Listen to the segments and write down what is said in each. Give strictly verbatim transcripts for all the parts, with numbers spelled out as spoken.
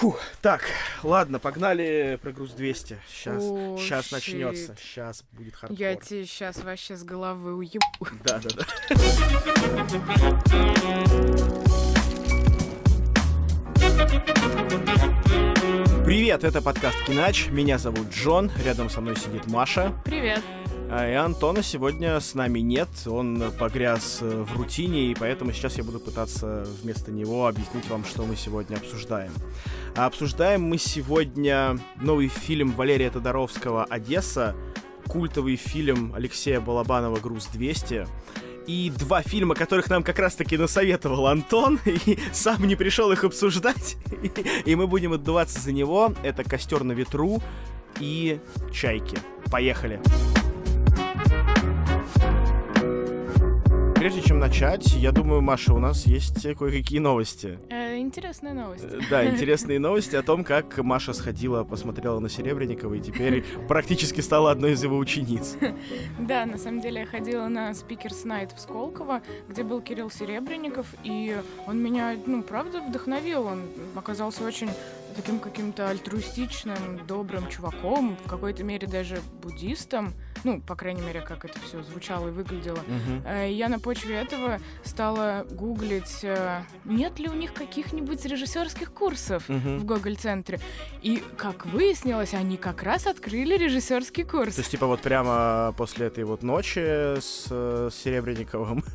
Фу, так, ладно, погнали про груз двести. Сейчас, О, сейчас щит. начнется, сейчас будет хардкор. Я тебе сейчас вообще с головы уебу. Да, да, да. Привет, это подкаст Кинач. Меня зовут Джон, рядом со мной сидит Маша. Привет. И Антона сегодня с нами нет, он погряз в рутине, и поэтому сейчас я буду пытаться вместо него объяснить вам, что мы сегодня обсуждаем. А обсуждаем мы сегодня новый фильм Валерия Тодоровского «Одесса», культовый фильм Алексея Балабанова «Груз двести», и два фильма, которых нам как раз-таки насоветовал Антон, и сам не пришел их обсуждать, и мы будем отдуваться за него. Это «Костер на ветру» и «Чайки». Поехали! Прежде чем начать, я думаю, Маша, у нас есть кое-какие новости. Э, интересная новость. Да, интересные новости о том, как Маша сходила, посмотрела на Серебренникова и теперь практически стала одной из его учениц. Да, на самом деле я ходила на Speakers Night в Сколково, где был Кирилл Серебренников, и он меня, ну, правда, вдохновил. Он оказался очень таким каким-то альтруистичным, добрым чуваком, в какой-то мере даже буддистом. Ну, по крайней мере, как это все звучало и выглядело. Uh-huh. Я на почве этого стала гуглить, нет ли у них каких-нибудь режиссерских курсов uh-huh. в Гоголь-центре. И, как выяснилось, они как раз открыли режиссерский курс. То есть, типа, вот прямо после этой вот ночи с, с Серебренниковым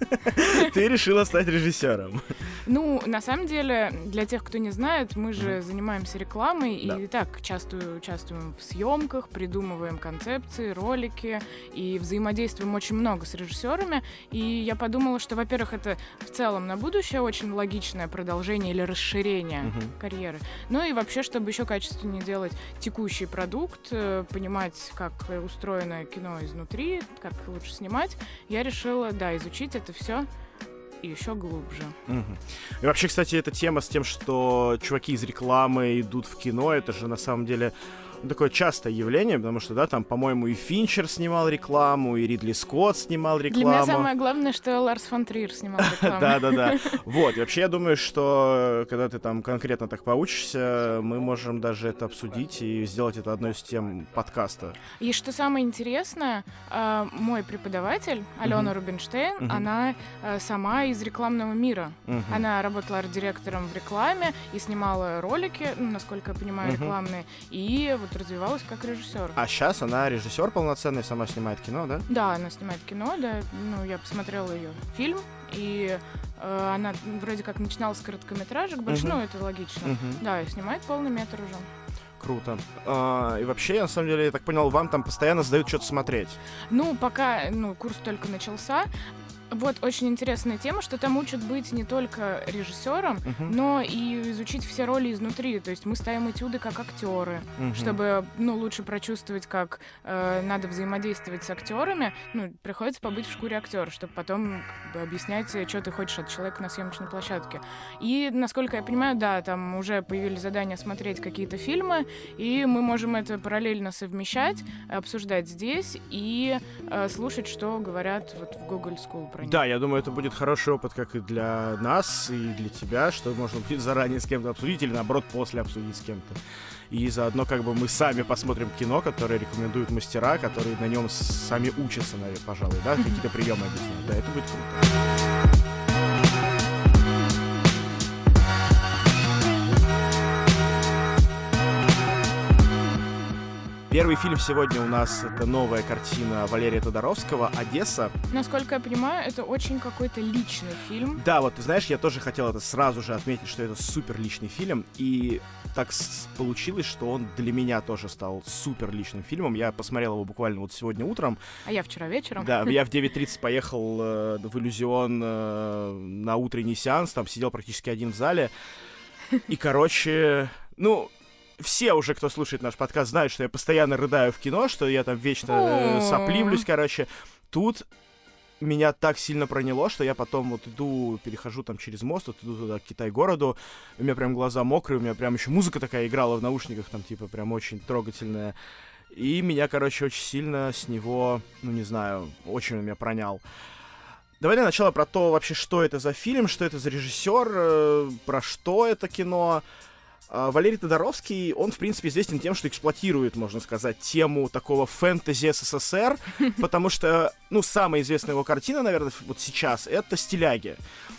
ты решила стать режиссером? Ну, на самом деле, для тех, кто не знает, мы же занимаемся рекламой и так часто участвуем в съемках, придумываем концепции, ролики и взаимодействуем очень много с режиссерами. И я подумала, что, во-первых, это в целом на будущее очень логичное продолжение или расширение uh-huh. карьеры. Ну и вообще, чтобы еще качественнее делать текущий продукт, понимать, как устроено кино изнутри, как лучше снимать, я решила, да, изучить это все и еще глубже. Угу. И вообще, кстати, эта тема с тем, что чуваки из рекламы идут в кино, это же на самом деле такое частое явление, потому что, да, там, по-моему, и Финчер снимал рекламу, и Ридли Скотт снимал рекламу. Для меня самое главное, что Ларс фон Триер снимал рекламу. Да-да-да. Вот, и вообще я думаю, что когда ты там конкретно так поучишься, мы можем даже это обсудить и сделать это одной из тем подкаста. И что самое интересное, мой преподаватель, Алена Рубинштейн, она сама из рекламного мира. Она работала арт-директором в рекламе и снимала ролики, насколько я понимаю, рекламные, и вот развивалась как режиссер. А сейчас она режиссер полноценный, сама снимает кино, да? Да, она снимает кино, да. Ну, я посмотрела ее фильм, и э, она вроде как начинала с короткометражек, больше, uh-huh. ну, это логично. Uh-huh. Да, и снимает полный метр уже. Круто. А, и вообще, на самом деле, я так понял, вам там постоянно сдают что-то смотреть. Ну, пока, ну, курс только начался. Вот очень интересная тема, что там учат быть не только режиссером, uh-huh. но и изучить все роли изнутри. То есть мы ставим этюды как актеры, uh-huh. чтобы, ну, лучше прочувствовать, как э, надо взаимодействовать с актерами. Ну, приходится побыть в шкуре актера, чтобы потом как бы объяснять, что ты хочешь от человека на съемочной площадке. И, насколько я понимаю, да, там уже появились задания смотреть какие-то фильмы, и мы можем это параллельно совмещать, обсуждать здесь и э, слушать, что говорят вот в Google School. Да, я думаю, это будет хороший опыт как и для нас, и для тебя, что можно будет заранее с кем-то обсудить, или наоборот, после обсудить с кем-то. И заодно как бы мы сами посмотрим кино, которое рекомендуют мастера, которые на нем сами учатся, наверное, пожалуй, да, какие-то приемы объясняют. Да, это будет круто. Первый фильм сегодня у нас — это новая картина Валерия Тодоровского «Одесса». Насколько я понимаю, это очень какой-то личный фильм. Да, вот ты знаешь, я тоже хотел это сразу же отметить, что это супер личный фильм, и так получилось, что он для меня тоже стал супер личным фильмом. Я посмотрел его буквально вот сегодня утром. А я вчера вечером. Да, я в девять тридцать поехал э, в «Иллюзион» э, на утренний сеанс, там сидел практически один в зале. И, короче, ну... Все уже, кто слушает наш подкаст, знают, что я постоянно рыдаю в кино, что я там вечно э, сопливлюсь, короче. Тут меня так сильно проняло, что я потом вот иду, перехожу там через мост, вот иду туда, к Китай-городу, у меня прям глаза мокрые, у меня прям еще музыка такая играла в наушниках, там типа прям очень трогательная. И меня, короче, очень сильно с него, ну не знаю, очень он меня пронял. Давай для начала про то вообще, что это за фильм, что это за режиссер, э, про что это кино. Валерий Тодоровский, он, в принципе, известен тем, что эксплуатирует, можно сказать, тему такого фэнтези СССР, потому что, ну, самая известная его картина, наверное, вот сейчас, это «Стиляги».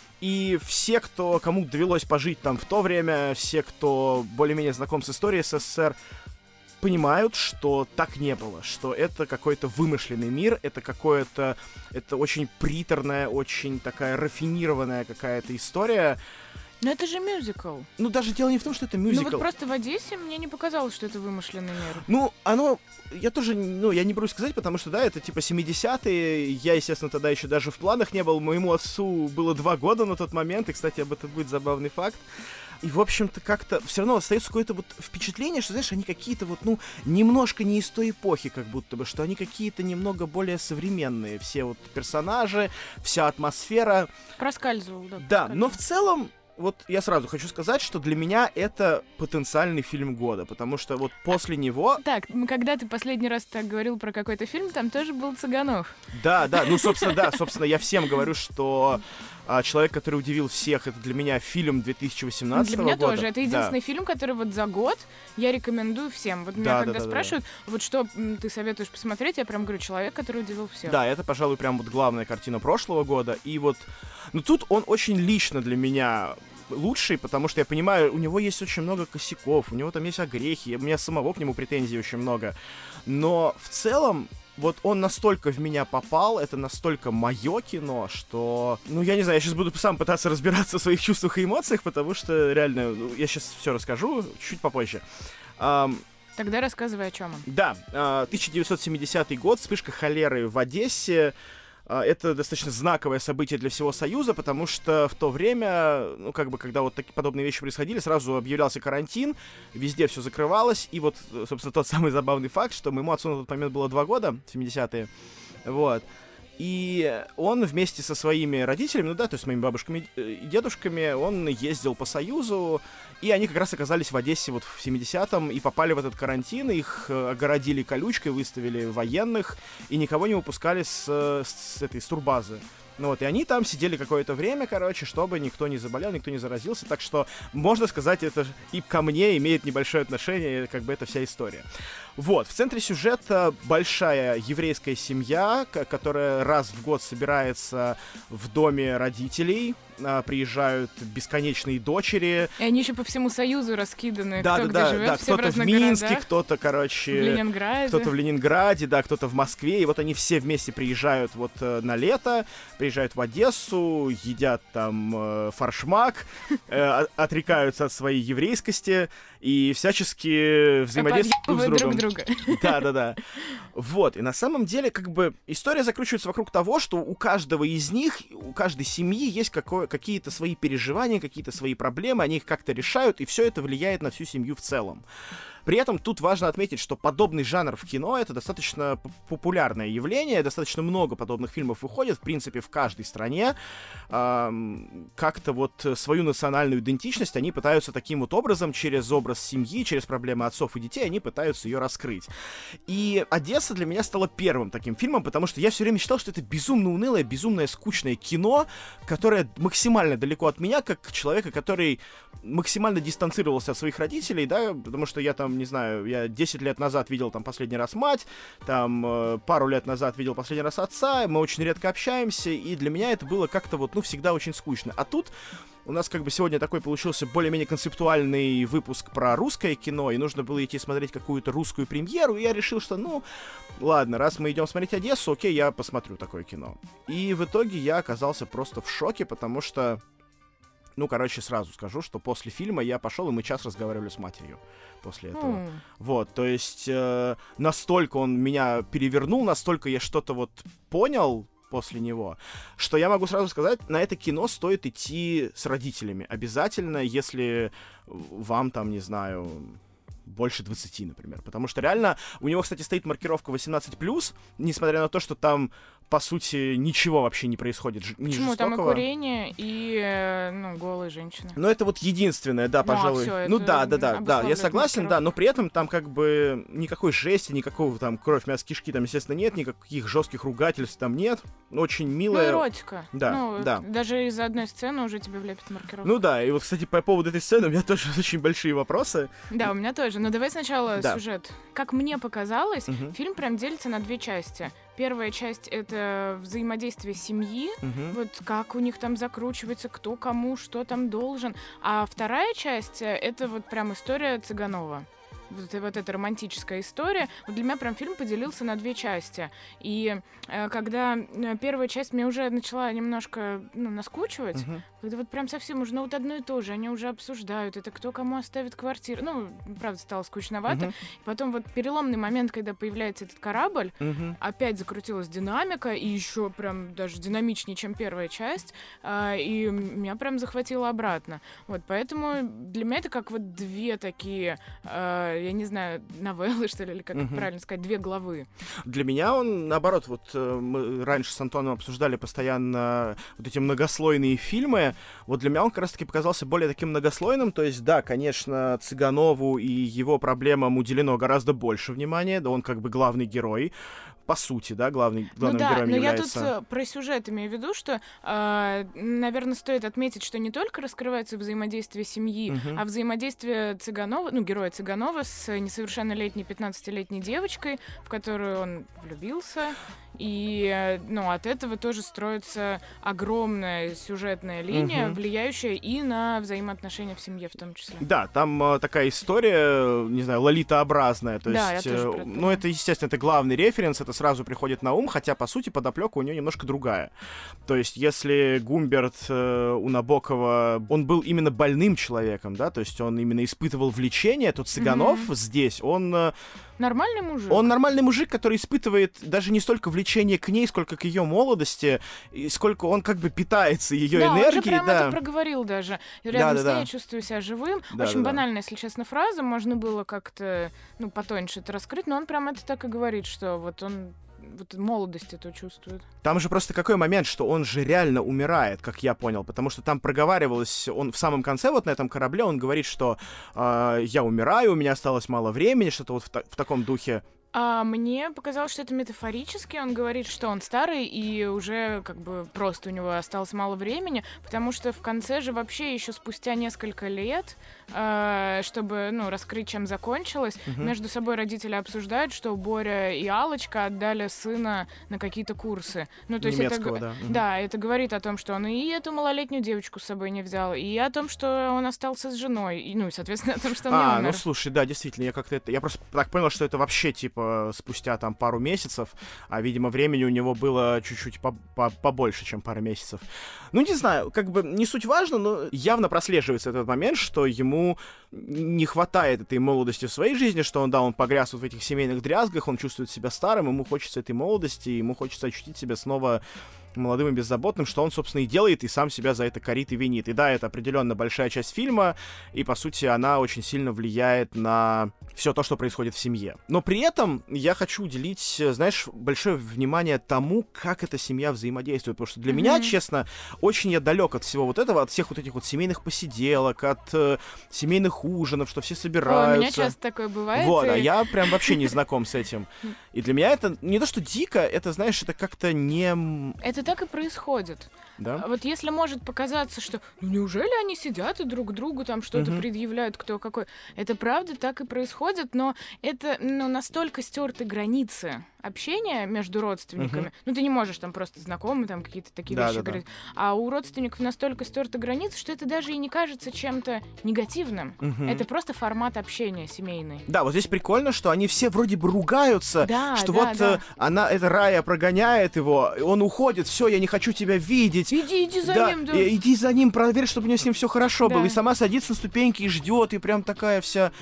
И все, кто, кому довелось пожить там в то время, все, кто более-менее знаком с историей СССР, понимают, что так не было, что это какой-то вымышленный мир, это какое-то, это очень приторная, очень такая рафинированная какая-то история. Но это же мюзикл. Ну, даже дело не в том, что это мюзикл. Ну, вот просто в Одессе мне не показалось, что это вымышленный мир. Ну, оно... Я тоже, ну, я не берусь сказать, потому что, да, это типа семидесятые. Я, естественно, тогда еще даже в планах не был. Моему отцу было два года на тот момент. И, кстати, об этом будет забавный факт. И, в общем-то, как-то все равно остается какое-то вот впечатление, что, знаешь, они какие-то вот, ну, немножко не из той эпохи, как будто бы, что они какие-то немного более современные. Все вот персонажи, вся атмосфера. Проскальзывал, да. Да, проскальзывал. но в целом, вот я сразу хочу сказать, что для меня это потенциальный фильм года, потому что вот после него... Так, когда ты последний раз так говорил про какой-то фильм, там тоже был Цыганов. Да, да, ну, собственно, да, собственно, я всем говорю, что а, «Человек, который удивил всех», это для меня фильм две тысячи восемнадцатого года. Для меня тоже. Это единственный да. фильм, который вот за год я рекомендую всем. Вот меня да, когда да, да, спрашивают, да. вот что ты советуешь посмотреть, я прям говорю «Человек, который удивил всех». Да, это, пожалуй, прям вот главная картина прошлого года. И вот, ну, тут он очень лично для меня... лучший, потому что я понимаю, у него есть очень много косяков, у него там есть огрехи, у меня самого к нему претензий очень много. Но в целом, вот он настолько в меня попал, это настолько мое кино, что... Ну, я не знаю, я сейчас буду сам пытаться разбираться в своих чувствах и эмоциях, потому что реально, ну, я сейчас все расскажу чуть попозже. Um, Тогда рассказывай, о чем он. Да, тысяча девятьсот семидесятый год, вспышка холеры в Одессе. Это достаточно знаковое событие для всего Союза, потому что в то время, ну, как бы, когда вот такие подобные вещи происходили, сразу объявлялся карантин, везде все закрывалось, и вот, собственно, тот самый забавный факт, что моему отцу на тот момент было два года, семидесятые, вот, и он вместе со своими родителями, ну да, то есть с моими бабушками и дедушками, он ездил по Союзу, и они как раз оказались в Одессе вот в семидесятом и попали в этот карантин, их огородили колючкой, выставили военных, и никого не выпускали с, с этой с турбазы. Ну вот, и они там сидели какое-то время, короче, чтобы никто не заболел, никто не заразился, так что, можно сказать, это и ко мне имеет небольшое отношение, как бы, эта вся история. Вот, в центре сюжета большая еврейская семья, которая раз в год собирается в доме родителей, приезжают бесконечные дочери. И они еще по всему Союзу раскиданы, да, кто да, где да, живет, да, все кто-то в разных в Минске, городах. кто-то, короче... В Ленинграде. Кто-то в Ленинграде, да, кто-то в Москве, и вот они все вместе приезжают вот на лето, приезжают в Одессу, едят там э, форшмак, э, отрекаются от своей еврейскости и всячески взаимодействуют друг с другом. друг друга. Да-да-да. Вот, и на самом деле, как бы, история закручивается вокруг того, что у каждого из них, у каждой семьи есть какое- какие-то свои переживания, какие-то свои проблемы, они их как-то решают, и все это влияет на всю семью в целом. При этом тут важно отметить, что подобный жанр в кино — это достаточно популярное явление, достаточно много подобных фильмов выходит, в принципе, в каждой стране. Эм, как-то вот свою национальную идентичность они пытаются таким вот образом, через образ семьи, через проблемы отцов и детей, они пытаются ее раскрыть. И «Одесса» для меня стала первым таким фильмом, потому что я все время считал, что это безумно унылое, безумное, скучное кино, которое максимально далеко от меня, как человека, который максимально дистанцировался от своих родителей, да, потому что я там, не знаю, я десять лет назад видел там последний раз мать, там э, пару лет назад видел последний раз отца, мы очень редко общаемся, и для меня это было как-то вот, ну, всегда очень скучно. А тут у нас как бы сегодня такой получился более-менее концептуальный выпуск про русское кино, и нужно было идти смотреть какую-то русскую премьеру, и я решил, что, ну, ладно, раз мы идем смотреть «Одессу», окей, я посмотрю такое кино. И в итоге я оказался просто в шоке, потому что, ну, короче, сразу скажу, что после фильма я пошел, и мы час разговаривали с матерью после этого. Mm. Вот, то есть э, настолько он меня перевернул, настолько я что-то вот понял после него, что я могу сразу сказать, на это кино стоит идти с родителями. Обязательно, если вам там, не знаю, больше двадцати, например. Потому что реально, у него, кстати, стоит маркировка восемнадцать плюс, несмотря на то, что там по сути, ничего вообще не происходит. Ж- не Почему? жестокого. Там и курение, и, ну, голые женщины. Но это вот единственное, да, Ну, а пожалуй. всё, ну это да, да, да, да, я обусловливает согласен, да, маркировку. но при этом там как бы никакой жести, никакого там кровь, мясо, кишки там, естественно, нет, никаких жестких ругательств там нет. Очень Ну, милая. эротика. Да, ну, да. Даже из-за одной сцены уже тебе влепят маркировку. Ну да, и вот, кстати, по поводу этой сцены у меня тоже очень большие вопросы. Да, у меня тоже. Но давай сначала Да. сюжет. Как мне показалось, Мгм. фильм прям делится на две части. Первая часть — это взаимодействие семьи, Мгм. вот как у них там закручивается, кто кому что там должен. А вторая часть — это вот прям история Цыганова. Вот, и вот эта романтическая история. Вот для меня прям фильм поделился на две части. И э, когда э, первая часть мне уже начала немножко ну, наскучивать, Мгм. когда вот прям совсем уже, ну вот одно и то же, они уже обсуждают, это кто кому оставит квартиру. Ну, правда, стало скучновато. Мгм. И потом вот переломный момент, когда появляется этот корабль, Мгм. опять закрутилась динамика, и еще прям даже динамичнее, чем первая часть, а, и меня прям захватило обратно. Вот, поэтому для меня это как вот две такие, а, я не знаю, новеллы, что ли, или как Мгм. правильно сказать, две главы. Для меня он, наоборот, вот э, мы раньше с Антоном обсуждали постоянно вот эти многослойные фильмы, вот для меня он как раз-таки показался более таким многослойным, то есть, да, конечно, Цыганову и его проблемам уделено гораздо больше внимания, да, он как бы главный герой, по сути, да, главный, главным ну да, героем но является. я тут э, про сюжет имею в виду, что, э, наверное, стоит отметить, что не только раскрывается взаимодействие семьи, Мгм. а взаимодействие Цыганова, ну, героя Цыганова с несовершеннолетней пятнадцатилетней девочкой, в которую он влюбился. И, э, ну, от этого тоже строится огромная сюжетная линия, Мгм. влияющая и на взаимоотношения в семье в том числе. Да, там э, такая история, не знаю, лолитообразная, то Да, есть, я тоже э, про это ну, думала. это, естественно, это главный референс, это сразу приходит на ум, хотя, по сути, подоплека у нее немножко другая. То есть, если Гумберт э, у Набокова, он был именно больным человеком, да, то есть он именно испытывал влечение, то Цыганов Мгм. здесь, он... э, Нормальный мужик. Он нормальный мужик, который испытывает даже не столько влечение к ней, сколько к ее молодости, и сколько он как бы питается ее да, он же энергией. прямо Да, это проговорил даже. Рядом Да, с да, ней да. я чувствую себя живым. Да, Очень да, да. банальная, если честно, фраза. Можно было как-то, ну, потоньше это раскрыть, но он прям это так и говорит, что вот он вот молодость это чувствует. Там же просто какой момент, что он же реально умирает, как я понял, потому что там проговаривалось, он в самом конце вот на этом корабле, он говорит, что э, я умираю, у меня осталось мало времени, что-то вот в, та- в таком духе. А мне показалось, что это метафорически. Он говорит, что он старый и уже как бы просто у него осталось мало времени, потому что в конце же вообще еще спустя несколько лет, э, чтобы ну, раскрыть, чем закончилось, Мгм. между собой родители обсуждают, что Боря и Алочка отдали сына на какие-то курсы. Ну, то есть это, Немецкого, г- да. Мгм. да, это говорит о том, что он и эту малолетнюю девочку с собой не взял, и о том, что он остался с женой, и, ну и, соответственно, о том, что он не А, умер. ну слушай, да, действительно, я как-то это. Я просто так понял, что это вообще типа спустя там пару месяцев, а видимо времени у него было чуть-чуть по- по- побольше, чем пара месяцев. Ну, не знаю, как бы не суть важно, но явно прослеживается этот момент, что ему не хватает этой молодости в своей жизни, что он, да, он погряз вот в этих семейных дрязгах, он чувствует себя старым, ему хочется этой молодости, ему хочется ощутить себя снова молодым и беззаботным, что он, собственно, и делает, и сам себя за это корит и винит. И да, это определенно большая часть фильма, и, по сути, она очень сильно влияет на все то, что происходит в семье. Но при этом я хочу уделить, знаешь, большое внимание тому, как эта семья взаимодействует, потому что для Мгм. меня, честно, очень я далек от всего вот этого, от всех вот этих вот семейных посиделок, от э, семейных ужинов, что все О, собираются. у меня часто такое бывает. Вот, а и- я прям вообще не знаком с этим. И для меня это не то, что дико, это, знаешь, это как-то не... Это так и происходит. Да? А Вот если может показаться, что ну, неужели они сидят и друг другу там что-то Мгм. предъявляют, кто какой. Это правда так и происходит, но это ну, настолько стерты границы общения между родственниками. Мгм. Ну, ты не можешь там просто знакомые, там какие-то такие Да, вещи да, да. говорить. А у родственников настолько стерты границы, что это даже и не кажется чем-то негативным. Мгм. Это просто формат общения семейный. Да, вот здесь прикольно, что они все вроде бы ругаются, Да, что да, вот да. э, она, эта Рая прогоняет его, и он уходит, все, я не хочу тебя видеть. Иди, иди за Да, ним, да. и- иди за ним, проверь, чтобы у него с ним все хорошо Да. было. И сама садится на ступеньки и ждет, и прям такая вся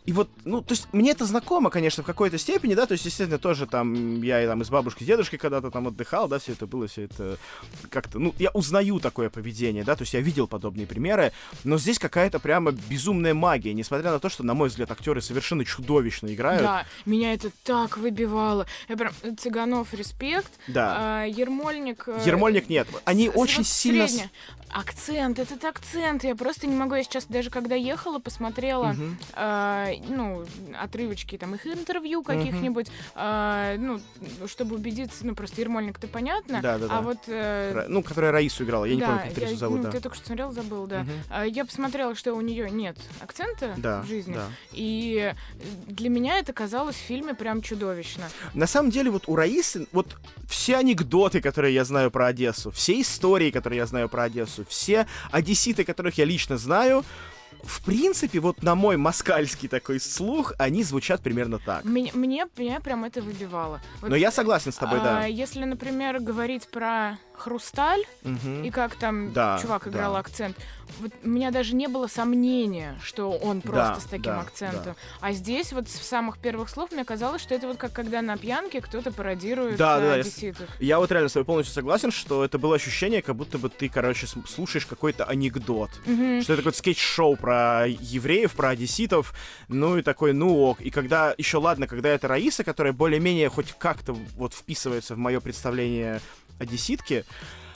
И вот, ну, то есть мне это знакомо, конечно, в какой-то степени, да, то есть, естественно, тоже там я и там и с бабушкой, с дедушкой когда-то там отдыхал, да, все это было, все это как-то, ну, я узнаю такое поведение, да, то есть я видел подобные примеры, но здесь какая-то прямо безумная магия, несмотря на то, что, на мой взгляд, актеры совершенно чудовищно играют. Да, меня это так выбивало. Я прям, Цыганов, респект. Да. А, Ермольник... Ермольник нет, они с, очень сильно... Средне. Акцент, этот акцент, я просто не могу, я сейчас даже когда ехала, посмотрела, uh-huh. э, ну, отрывочки там их интервью каких-нибудь, uh-huh. э, ну, чтобы убедиться, ну, просто Ермольник-то понятно, да, да, а да. вот... Э, ну, которая Раису играла, я да, не помню, как актрису зовут, ну, да. ты только что смотрел, забыл, да. Uh-huh. Я посмотрела, что у нее нет акцента да, в жизни, да. и для меня это казалось в фильме прям чудовищно. На самом деле, вот у Раисы, вот все анекдоты, которые я знаю про Одессу, все истории, которые я знаю про Одессу, все одесситы, которых я лично знаю, в принципе, вот на мой москальский такой слух, они звучат примерно так. Мне, мне, меня прям это выбивало. Вот, но я согласен с тобой, а, да. Если, например, говорить про «Хрусталь», угу. и как там да, чувак играл да. акцент, вот у меня даже не было сомнения, что он просто да, с таким да, акцентом. Да. А здесь вот с самых первых слов мне казалось, что это вот как когда на пьянке кто-то пародирует да, да, одесситов. Я, я вот реально с тобой полностью согласен, что это было ощущение, как будто бы ты, короче, слушаешь какой-то анекдот. Угу. Что это такой скетч-шоу про евреев, про одесситов, ну и такой, ну ок. И когда, еще ладно, когда это Раиса, которая более-менее хоть как-то вот вписывается в мое представление одесситки,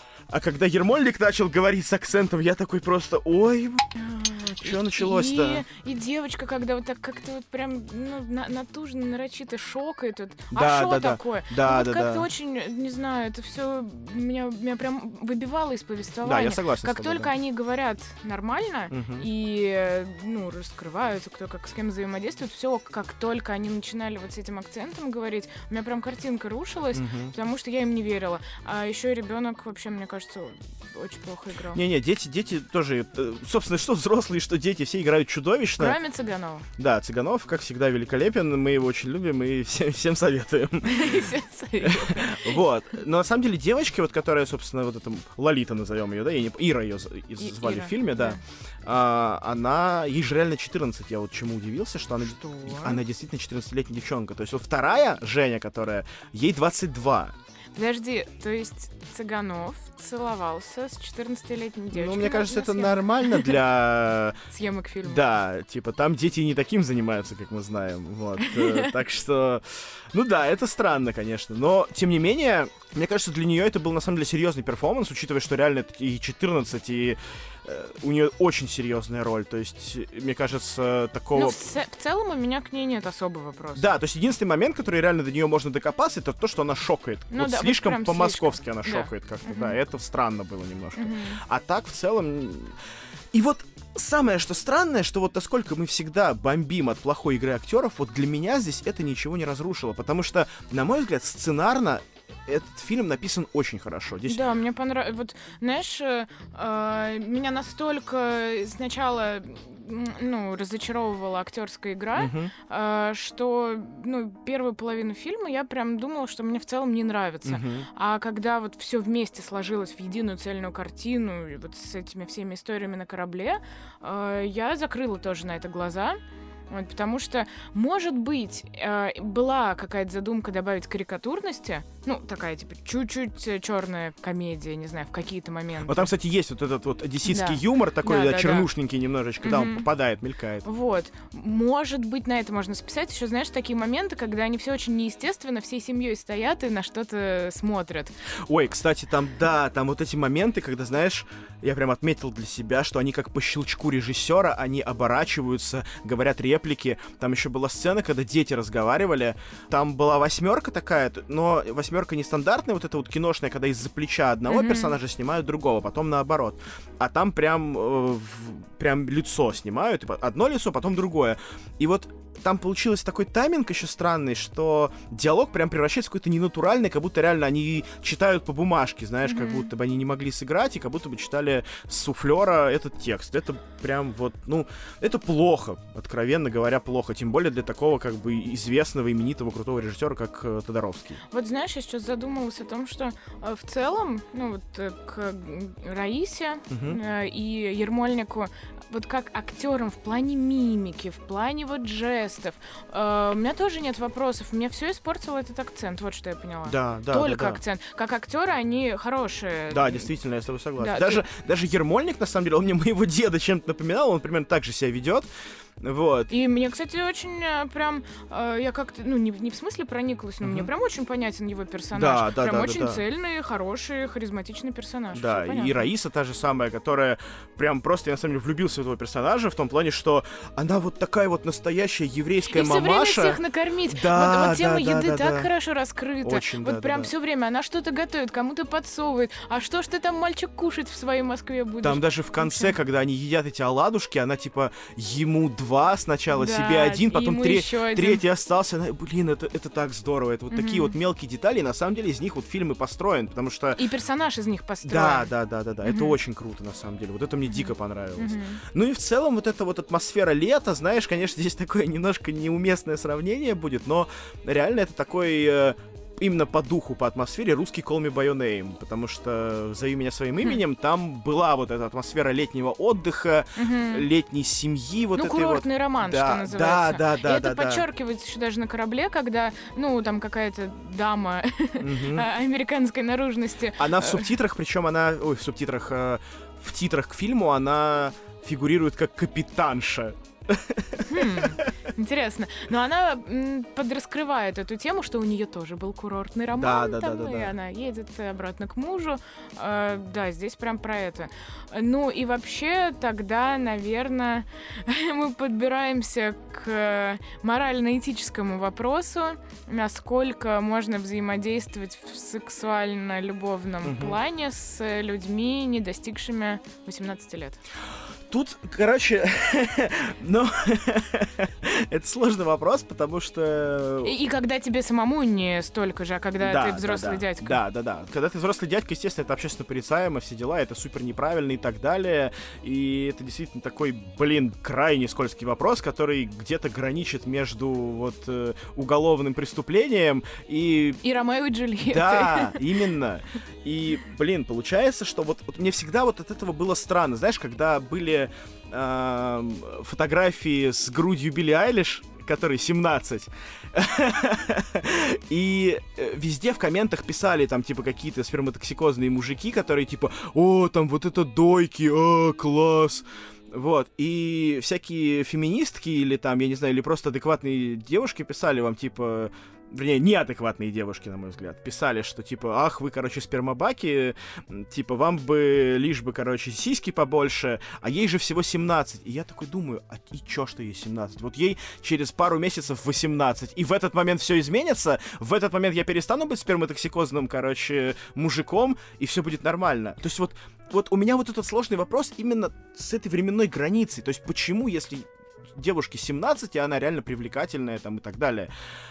а когда Ермольник начал говорить с акцентом, я такой просто, ой, что началось-то? И, и девочка, когда вот так как-то вот прям ну, на, натужно, нарочито шокает. Вот. Да, а что да, да. такое? Да, ну, вот да, как-то да. очень, не знаю, это все меня, меня прям выбивало из повествования. Да, я согласен Как с тобой, только да. они говорят нормально угу. и ну, раскрываются, кто как с кем взаимодействует, все, как только они начинали вот с этим акцентом говорить, у меня прям картинка рушилась, угу. потому что я им не верила. А еще ребенок вообще, мне кажется, очень плохо играл. Не-не, дети, дети тоже, собственно, что взрослые, что дети, все играют чудовищно. Кроме Цыганова. Да, Цыганов, как всегда, великолепен, мы его очень любим и всем, всем советуем. Всем советуем. Вот, но на самом деле девочка, вот которая, собственно, вот эта Лолита, назовем ее, да, я не... Ира ее звали в фильме, да, она, ей же реально четырнадцать, я вот чему удивился, что она, она действительно четырнадцатилетняя девчонка. То есть вот вторая, Женя, которая, ей двадцать два. Подожди, то есть Цыганов целовался с четырнадцатилетней девочкой? Ну, мне кажется, это съемках. Нормально для... съемок фильма. Да, типа, там дети не таким занимаются, как мы знаем, вот. Так что, ну да, это странно, конечно, но, тем не менее, мне кажется, для нее это был, на самом деле, серьезный перформанс, учитывая, что реально ей четырнадцать, и у нее очень серьезная роль, то есть, мне кажется, такого... Ну, в, в целом у меня к ней нет особого вопроса. Да, то есть единственный момент, который реально до нее можно докопаться, это то, что она шокает. Ну, вот да, слишком вот по-московски слишком. она Да. шокает как-то, Угу. да, это странно было немножко. Угу. А так, в целом... И вот самое, что странное, что вот насколько мы всегда бомбим от плохой игры актеров, вот для меня здесь это ничего не разрушило, потому что, на мой взгляд, сценарно этот фильм написан очень хорошо. Здесь... Да, мне понравилось. Вот, знаешь, э, э, меня настолько сначала ну, разочаровывала актерская игра, uh-huh. э, что ну, первую половину фильма я прям думала, что мне в целом не нравится. Uh-huh. А когда вот все вместе сложилось в единую цельную картину, и вот с этими всеми историями на корабле, э, я закрыла тоже на это глаза. Вот, потому что, может быть, э, была какая-то задумка добавить карикатурности, ну, такая, типа, чуть-чуть черная комедия, не знаю, в какие-то моменты. Вот там, кстати, есть вот этот вот одесситский да. юмор, такой, да, да, да, чернушненький да. немножечко, угу. да, он попадает, мелькает. Вот. Может быть, на это можно списать. Еще, знаешь, такие моменты, когда они все очень неестественно, всей семьей стоят и на что-то смотрят. Ой, кстати, там, да, там вот эти моменты, когда, знаешь, я прям отметил для себя, что они как по щелчку режиссера, они оборачиваются, говорят реплики. Там еще была сцена, когда дети разговаривали. Там была восьмерка такая, но восьмерка нестандартная, вот эта вот киношная, когда из-за плеча одного mm-hmm. персонажа снимают другого, потом наоборот. А там прям, э, в, прям лицо снимают, одно лицо, потом другое. И вот там получился такой тайминг еще странный, что диалог прям превращается в какой-то ненатуральный, как будто реально они читают по бумажке, знаешь, mm-hmm. как будто бы они не могли сыграть, и как будто бы читали с суфлера этот текст. Это прям вот, ну, это плохо, откровенно говоря, плохо, тем более для такого как бы известного, именитого, крутого режиссера, как э, Тодоровский. Вот знаешь, я сейчас задумалась о том, что э, в целом, ну вот э, к Раисе Мгм. э, и Ермольнику, вот как актерам в плане мимики, в плане вот жестов, э, у меня тоже нет вопросов. Мне все испортил этот акцент, вот что я поняла. Да, да, Только да, да. акцент. Как актеры они хорошие. Да, действительно, я с тобой согласен. Да, даже, даже Ермольник, на самом деле, он мне моего деда чем-то напоминал, он примерно так же себя ведет. Вот. И мне, кстати, очень э, прям, э, я как-то, ну, не, не в смысле прониклась, но Мгм. мне прям очень понятен его персонаж. Да, да, прям да, да, очень да. цельный, хороший, харизматичный персонаж. Да, Всё и понятно. Раиса та же самая, которая прям просто, я на самом деле влюбился в этого персонажа, в том плане, что она вот такая вот настоящая еврейская И все время мамаша. всех накормить. Да, вот, вот тема да, еды да, так да. хорошо раскрыта. Очень, вот да, прям да, да. все время она что-то готовит, кому-то подсовывает. А что ж ты там, мальчик, кушать в своей Москве будешь? Там даже в конце, общем. когда они едят эти оладушки, она типа ему два сначала, Да, себе один, и потом ему тре- ещё один. третий остался. Она- Блин, это, это так здорово. Это вот Мгм. такие вот мелкие детали, и на самом деле из них вот фильм и построен, потому что... И персонаж из них построен. Да, да, да, да, да. Это Мгм. очень круто, на самом деле. Вот это мне дико понравилось. Мгм. Ну и в целом вот эта вот атмосфера лета, знаешь, конечно, здесь такое немножко неуместное сравнение будет, но реально это такой э, именно по духу, по атмосфере русский Call Me By Your Name, потому что «Зови меня своим именем» там была вот эта атмосфера летнего отдыха, Мгм. летней семьи, вот ну, этой вот... курортный роман, Да, что да, называется. да, да, И это да, да. подчеркивается еще даже на корабле, когда, ну, там какая-то дама Мгм. а, американской наружности. Она в субтитрах, причем она... Ой, в субтитрах... э, в титрах к фильму она фигурирует как капитанша. Хм, интересно. Но она м, подраскрывает эту тему, что у нее тоже был курортный роман. Да, да, там, да, да, и да. она едет обратно к мужу. Э, да, здесь прям про это. Ну и вообще тогда, наверное, мы подбираемся к морально-этическому вопросу, насколько можно взаимодействовать в сексуально-любовном Мгм. плане с людьми, не достигшими восемнадцати лет. Тут, короче, ну, это сложный вопрос, потому что... И, и когда тебе самому не столько же, а когда Да, ты да, взрослый да. дядька. Да, да, да. Когда ты взрослый дядька, естественно, это общественно порицаемо, все дела, это супер неправильно и так далее. И это действительно такой, блин, крайне скользкий вопрос, который где-то граничит между вот э, уголовным преступлением и... И Ромео и Джульетта. Да, именно. И, блин, получается, что вот, вот мне всегда вот от этого было странно. Знаешь, когда были эм, фотографии с грудью Билли Айлиш, которой семнадцать, и э, везде в комментах писали там, типа, какие-то сперматоксикозные мужики, которые, типа, о, там вот это дойки, а, класс. Вот, и всякие феминистки или там, я не знаю, или просто адекватные девушки писали вам, типа, вернее, неадекватные девушки, на мой взгляд, писали, что, типа, ах, вы, короче, спермобаки, типа, вам бы лишь бы, короче, сиськи побольше, а ей же всего семнадцать. И я такой думаю, а и чё, что ей семнадцать? Вот ей через пару месяцев восемнадцать, и в этот момент все изменится, в этот момент я перестану быть сперматоксикозным, короче, мужиком, и все будет нормально. То есть вот, вот у меня вот этот сложный вопрос именно с этой временной границей. То есть почему, если девушке семнадцать, и она реально привлекательная там и так далее,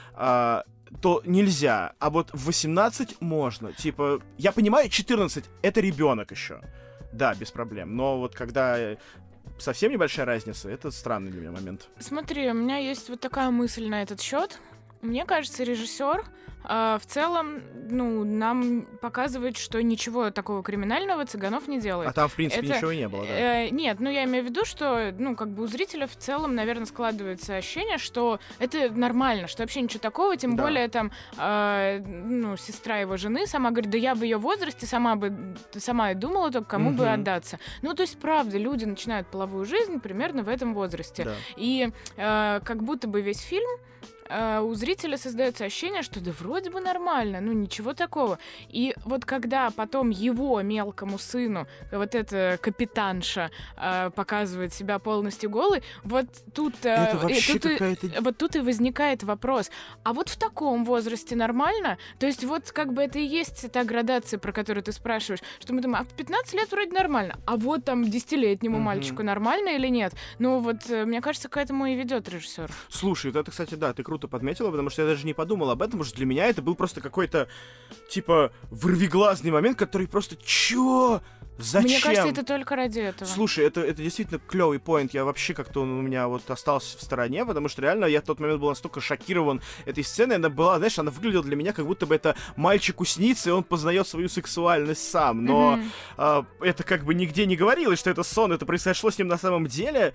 а, то нельзя, а вот в восемнадцать можно. Типа, я понимаю, четырнадцать — это ребенок еще. Да, без проблем. Но вот когда совсем небольшая разница, это странный для меня момент. Смотри, у меня есть вот такая мысль на этот счет. Мне кажется, режиссер э, в целом, ну, нам показывает, что ничего такого криминального Цыганов не делает. А там, в принципе, Это, ничего и не было, да? Э, нет, ну я имею в виду, что, ну, как бы у зрителя в целом, наверное, складывается ощущение, что это нормально, что вообще ничего такого, тем Да. более там, э, ну, сестра его жены сама говорит, да я в ее возрасте сама бы, сама и думала только, кому бы Мгм. отдаться. Ну, то есть, правда, люди начинают половую жизнь примерно в этом возрасте. Да. И э, как будто бы весь фильм э, у зрителя создается ощущение, что да вроде бы нормально, ну ничего такого. И вот когда потом его мелкому сыну, вот эта капитанша, э, показывает себя полностью голой, вот тут, э, Это и вообще тут и- какая-то... вот тут и возникает вопрос, а вот в таком возрасте нормально? То есть вот как бы это и есть та градация, про которую ты спрашиваешь, что мы думаем, а в пятнадцать лет вроде нормально, а вот там десятилетнему Мгм. мальчику нормально или нет? Ну вот, э, мне кажется, к этому и ведет режиссер. Слушай, вот это, кстати, да, ты круто подметила, потому что я даже не подумал об этом, потому что для меня это был просто какой-то, типа, вырвиглазный момент, который просто, чё? Зачем? Мне кажется, это только ради этого. Слушай, это, это действительно клевый поинт. Я вообще как-то он у меня вот остался в стороне, потому что реально я в тот момент был настолько шокирован этой сценой. Она была, знаешь, она выглядела для меня, как будто бы это мальчику снится, и он познает свою сексуальность сам. Но mm-hmm. а, это как бы нигде не говорилось, что это сон, это произошло с ним на самом деле.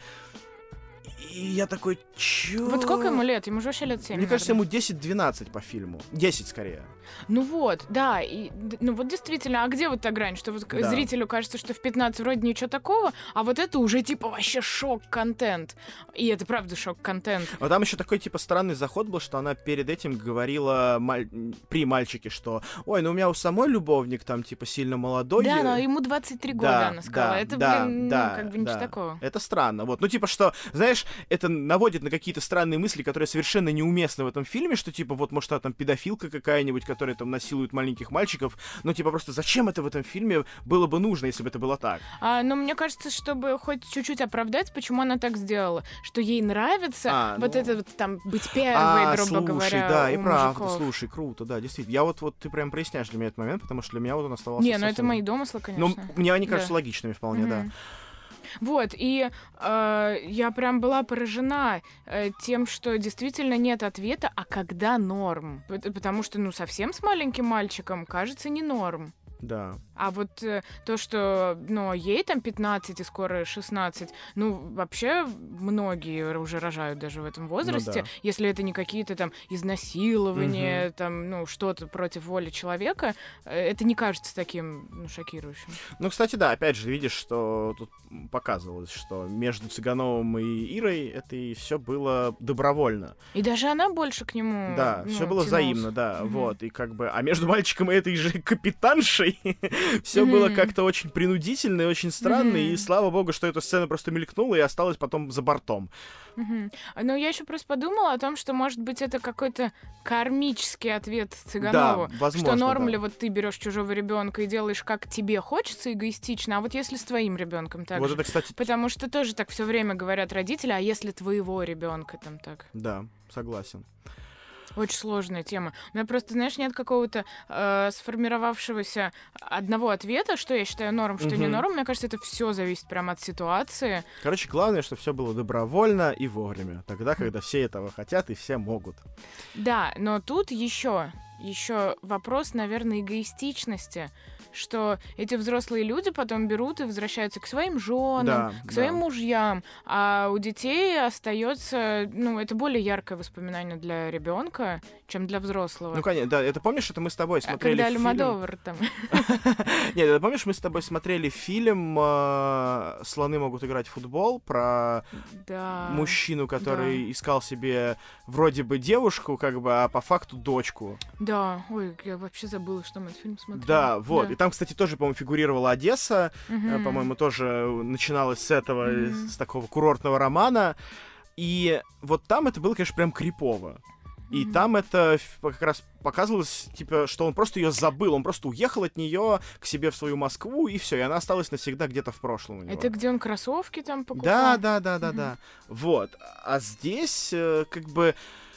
И я такой, чё? Вот сколько ему лет? Ему же вообще лет семь, Мне наверное. кажется, ему десять-двенадцать по фильму. десять скорее. Ну вот, да, и, ну вот действительно, а где вот та грань, что вот да. зрителю кажется, что в пятнадцать вроде ничего такого, а вот это уже типа вообще шок-контент. И это правда шок-контент. А там еще такой типа странный заход был, что она перед этим говорила маль... при мальчике, что ой, ну у меня у самой любовник там типа сильно молодой. Да, но ему двадцать три года, да, она сказала. Да, это, да, блин, да, ну как бы да. ничего такого. Это странно. Вот, ну типа что, знаешь, это наводит на какие-то странные мысли, которые совершенно неуместны в этом фильме, что типа вот может она там педофилка какая-нибудь, которая там насилует маленьких мальчиков, но типа просто зачем это в этом фильме было бы нужно, если бы это было так? А, ну, мне кажется, чтобы хоть чуть-чуть оправдать, почему она так сделала, что ей нравится а, вот ну... это вот там быть первой, а, грубо слушай, говоря, да, и правда, мужиков. Слушай, круто, да, действительно. Я вот, вот ты прям проясняешь для меня этот момент, потому что для меня вот он оставался Не, совсем... ну это мои домыслы, конечно. Ну, мне они кажутся да. логичными вполне, mm-hmm. да. Вот, и э, я прям была поражена э, тем, что действительно нет ответа, а когда норм? Потому что, ну, совсем с маленьким мальчиком, кажется, не норм. Да. А вот э, то, что, ну, ей там пятнадцать и скоро шестнадцать, ну, вообще многие уже рожают даже в этом возрасте, ну, да. если это не какие-то там изнасилования, угу. там, ну, что-то против воли человека, э, это не кажется таким, ну, шокирующим. Ну, кстати, да, опять же, видишь, что тут показывалось, что между Цыгановым и Ирой это и все было добровольно. И даже она больше к нему. Да, ну, все было тянулась. Взаимно, да, угу. вот, и как бы, а между мальчиком и этой же капитаншей все mm-hmm. было как-то очень принудительно и очень странно, mm-hmm. и слава богу, что эта сцена просто мелькнула и осталась потом за бортом. Mm-hmm. Но я еще просто подумала о том, что, может быть, это какой-то кармический ответ Цыганову. Да, возможно, что норм да. ли вот ты берешь чужого ребенка и делаешь, как тебе хочется, эгоистично, а вот если с твоим ребенком так вот же. Это, кстати... Потому что тоже так все время говорят родители, а если твоего ребенка там так. Да, согласен. Очень сложная тема. У меня просто, знаешь, нет какого-то э, сформировавшегося одного ответа, что я считаю норм, что угу. не норм. Мне кажется, это все зависит прямо от ситуации. Короче, главное, что все было добровольно и вовремя. Тогда, когда все этого хотят и все могут. Да, но тут еще, еще вопрос, наверное, эгоистичности. Что эти взрослые люди потом берут и возвращаются к своим женам, да, к своим да. мужьям, а у детей остается, ну, это более яркое воспоминание для ребенка, чем для взрослого. Ну, конечно, да, это помнишь, это мы с тобой смотрели а когда фильм... Альмодовар там... Нет, это помнишь, мы с тобой смотрели фильм «Слоны могут играть в футбол» про мужчину, который искал себе вроде бы девушку, как бы, а по факту дочку. Да, ой, я вообще забыла, что мы этот фильм смотрели. Да, вот, и там, кстати, тоже, по-моему, фигурировала Одесса, uh-huh. по-моему, тоже начиналась с этого, uh-huh. с такого курортного романа, и вот там это было, конечно, прям крипово. И mm-hmm. там это как раз показывалось, типа, что он просто ее забыл, он просто уехал от нее к себе в свою Москву, и все, и она осталась навсегда где-то в прошлом у него. Это где он кроссовки там покупал? Да, да, да, да, mm-hmm. да. Вот. А здесь, как бы,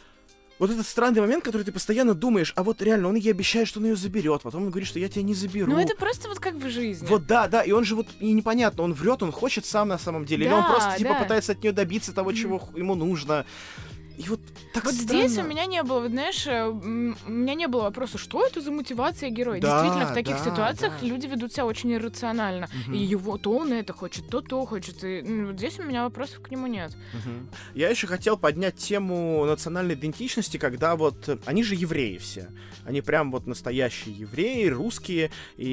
вот этот странный момент, который ты постоянно думаешь, а вот реально, он ей обещает, что он ее заберет, потом он говорит, что я тебя не заберу. Ну это просто вот как в жизни. Вот да, да, и он же вот, и непонятно, он врет, он хочет сам на самом деле, да, или он просто, типа, да. пытается от нее добиться того, mm-hmm. чего ему нужно. И вот так вот странно. Здесь у меня не было, вот, знаешь, у меня не было вопроса, что это за мотивация героя. Да, Действительно, в таких да, ситуациях да. люди ведут себя очень иррационально. Угу. И его то он это хочет, то то хочет. И ну, вот здесь у меня вопросов к нему нет. Угу. Я еще хотел поднять тему национальной идентичности, когда вот они же евреи все. Они прям вот настоящие евреи, русские,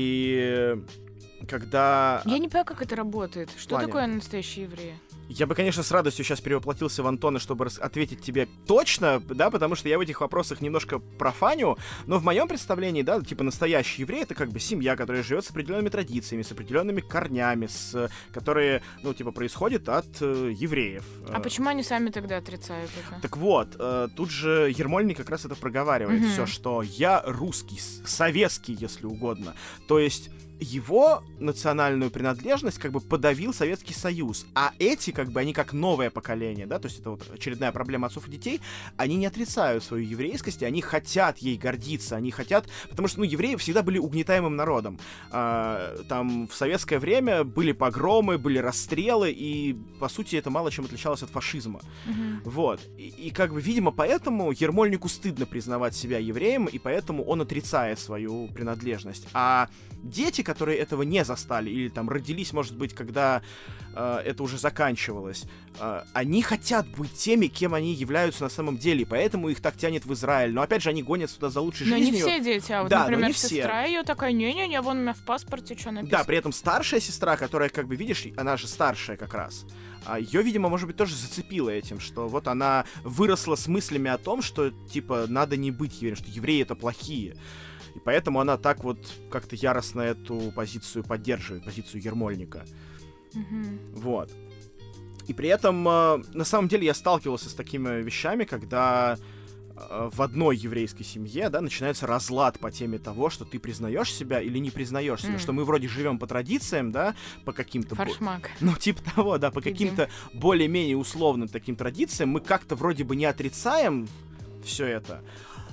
и когда... Я не понимаю, как это работает. Что Плане. такое настоящие евреи? Я бы, конечно, с радостью сейчас перевоплотился в Антона, чтобы рас- ответить тебе точно, да, потому что я в этих вопросах немножко профаню, но в моем представлении, да, типа настоящий еврей — это как бы семья, которая живет с определенными традициями, с определенными корнями, с, которые, ну, типа, происходят от э, евреев. А э, почему они сами тогда отрицают это? Так вот, э, тут же Ермольник как раз это проговаривает, mm-hmm. все, что я русский, советский, если угодно, то есть... его национальную принадлежность как бы подавил Советский Союз, а эти, как бы, они как новое поколение, да, то есть это вот очередная проблема отцов и детей, они не отрицают свою еврейскость, они хотят ей гордиться, они хотят, потому что, ну, евреи всегда были угнетаемым народом, а, там в советское время были погромы, были расстрелы, и, по сути, это мало чем отличалось от фашизма, mm-hmm. вот, и, и, как бы, видимо, поэтому Ермольнику стыдно признавать себя евреем, и поэтому он отрицает свою принадлежность, а дети, которые этого не застали, или там родились, может быть, когда э, это уже заканчивалось, э, они хотят быть теми, кем они являются на самом деле, и поэтому их так тянет в Израиль. Но опять же, они гонят сюда за лучшей но жизнью. Но не все дети, а вот, да, например, не сестра все. ее такая, не-не-не, вон у меня в паспорте что написано. Да, при этом старшая сестра, которая, как бы, видишь, она же старшая как раз, ее, видимо, может быть, тоже зацепило этим, что вот она выросла с мыслями о том, что, типа, надо не быть евреем, что евреи — это плохие. И поэтому она так вот как-то яростно эту позицию поддерживает, позицию Ермольника. Mm-hmm. Вот. И при этом, э, на самом деле, я сталкивался с такими вещами, когда э, в одной еврейской семье, да, начинается разлад по теме того, что ты признаешь себя или не признаешь себя, mm. что мы вроде живем по традициям, да, по каким-то... Форшмак. Ну, типа того, да, по каким-то более-менее условным таким традициям, мы как-то вроде бы не отрицаем все это,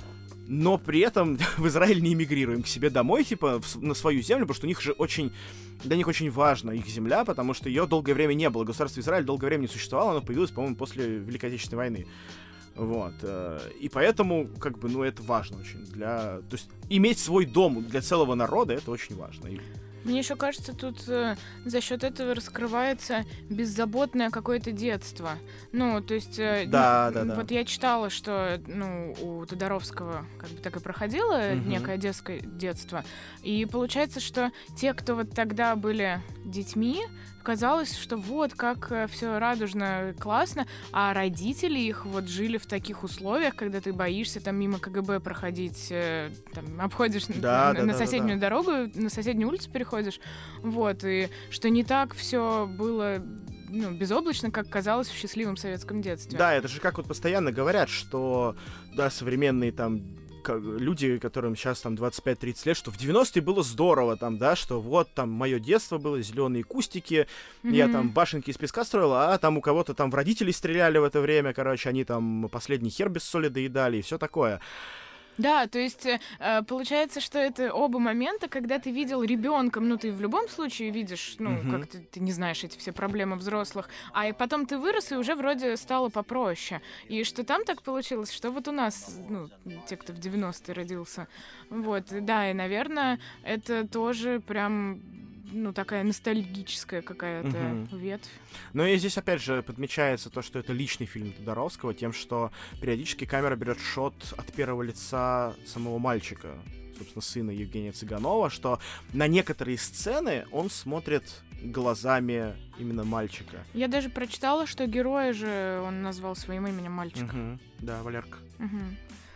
но при этом в Израиль не эмигрируем к себе домой, типа, в, на свою землю, потому что у них же очень, для них очень важна их земля, потому что ее долгое время не было. Государство Израиль долгое время не существовало, оно появилось, по-моему, после Великой Отечественной войны. Вот. И поэтому, как бы, ну, это важно очень для... То есть иметь свой дом для целого народа — это очень важно. Мне еще кажется, тут э, за счет этого раскрывается беззаботное какое-то детство. Ну, то есть, э, да, ну, да, да. вот я читала, что, ну, у Тодоровского как бы так и проходило угу. некое детское детство. И получается, что те, кто вот тогда были детьми, казалось, что вот как все радужно, классно, а родители их вот жили в таких условиях, когда ты боишься там мимо КГБ проходить, там, обходишь да, на, да, на да, соседнюю да, да. дорогу, на соседнюю улицу переходишь, вот, и что не так все было, ну, безоблачно, как казалось в счастливом советском детстве. Да, это же как вот постоянно говорят, что, да, современные там люди, которым сейчас там двадцать пять тридцать лет, что в девяностые было здорово, там, да, что вот там мое детство было, зеленые кустики, mm-hmm. я там башенки из песка строил, а там у кого-то там в родителей стреляли в это время, короче, они там последний хер без соли доедали и все такое. Да, то есть э, получается, что это оба момента, когда ты видел ребенком, ну ты в любом случае видишь, ну uh-huh. как ты, ты не знаешь эти все проблемы взрослых, а и потом ты вырос и уже вроде стало попроще. И что там так получилось, что вот у нас, ну, те, кто в девяностые родился, вот, да, и, наверное, это тоже прям... ну, такая ностальгическая какая-то uh-huh. ветвь. Ну и здесь, опять же, подмечается то, что это личный фильм Тодоровского, тем, что периодически камера берет шот от первого лица самого мальчика, собственно, сына Евгения Цыганова, что на некоторые сцены он смотрит глазами именно мальчика. Я даже прочитала, что героя же он назвал своим именем мальчика. Uh-huh. Да, Валерка. Uh-huh.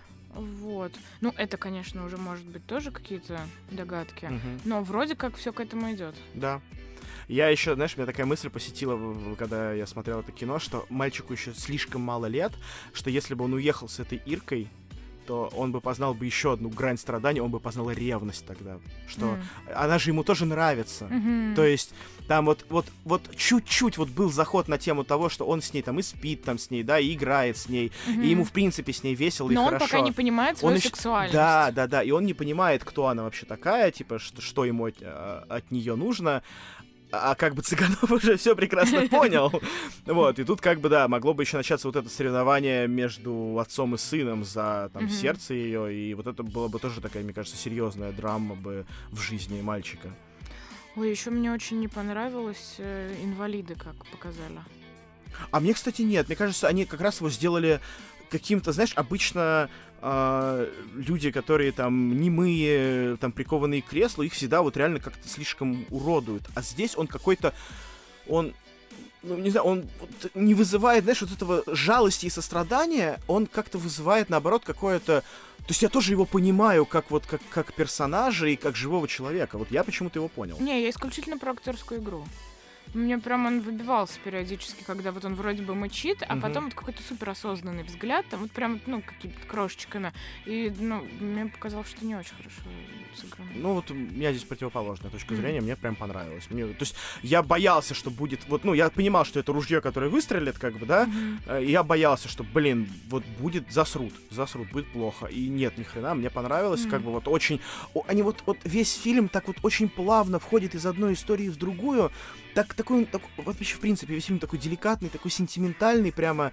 Вот. Ну, это, конечно, уже может быть тоже какие-то догадки, uh-huh. но вроде как все к этому идет. Да. Я еще, знаешь, у меня такая мысль посетила, когда я смотрел это кино, что мальчику еще слишком мало лет, что если бы он уехал с этой Иркой, то он бы познал бы еще одну грань страданий, он бы познал ревность тогда, что mm. она же ему тоже нравится. Mm-hmm. То есть там вот, вот, вот чуть-чуть вот был заход на тему того, что он с ней там и спит там с ней, да, и играет с ней, mm-hmm. и ему в принципе с ней весело Но и он хорошо. Но он пока не понимает свою он сексуальность. Еще... Да, да, да, и он не понимает, кто она вообще такая, типа, что, что ему от, от нее нужно. А как бы Цыганов уже все прекрасно понял. Вот, и тут как бы, да, могло бы еще начаться вот это соревнование между отцом и сыном за там mm-hmm. сердце ее, и вот это было бы тоже такая, мне кажется, серьезная драма бы в жизни мальчика. Ой, еще мне очень не понравилось э, инвалиды, как показали. А мне, кстати, нет. Мне кажется, они как раз его сделали каким-то, знаешь, обычно э, люди, которые там немые, там прикованные к креслу, их всегда вот реально как-то слишком уродуют. А здесь он какой-то, он, ну, не знаю, он вот не вызывает, знаешь, вот этого жалости и сострадания, он как-то вызывает, наоборот, какое-то... То есть я тоже его понимаю как вот как, как персонажа и как живого человека. Вот я почему-то его понял. Не, я исключительно про актерскую игру. Мне прям он выбивался периодически, когда вот он вроде бы мычит, а угу. потом вот какой-то суперосознанный взгляд, там вот прям, ну, какими-то крошечками. И, ну, мне показалось, что не очень хорошо сыграно. Ну, вот у меня здесь противоположная точка зрения, mm. мне прям понравилось. Мне, то есть я боялся, что будет, вот, ну, я понимал, что это ружье, которое выстрелит, как бы, да, mm-hmm. и я боялся, что, блин, вот будет засрут, засрут, будет плохо. И нет, ни хрена, мне понравилось, mm-hmm. как бы вот очень, о, они вот, вот весь фильм так вот очень плавно входит из одной истории в другую, так, такой, так, вот вообще, в принципе, весь фильм такой деликатный, такой сентиментальный прямо,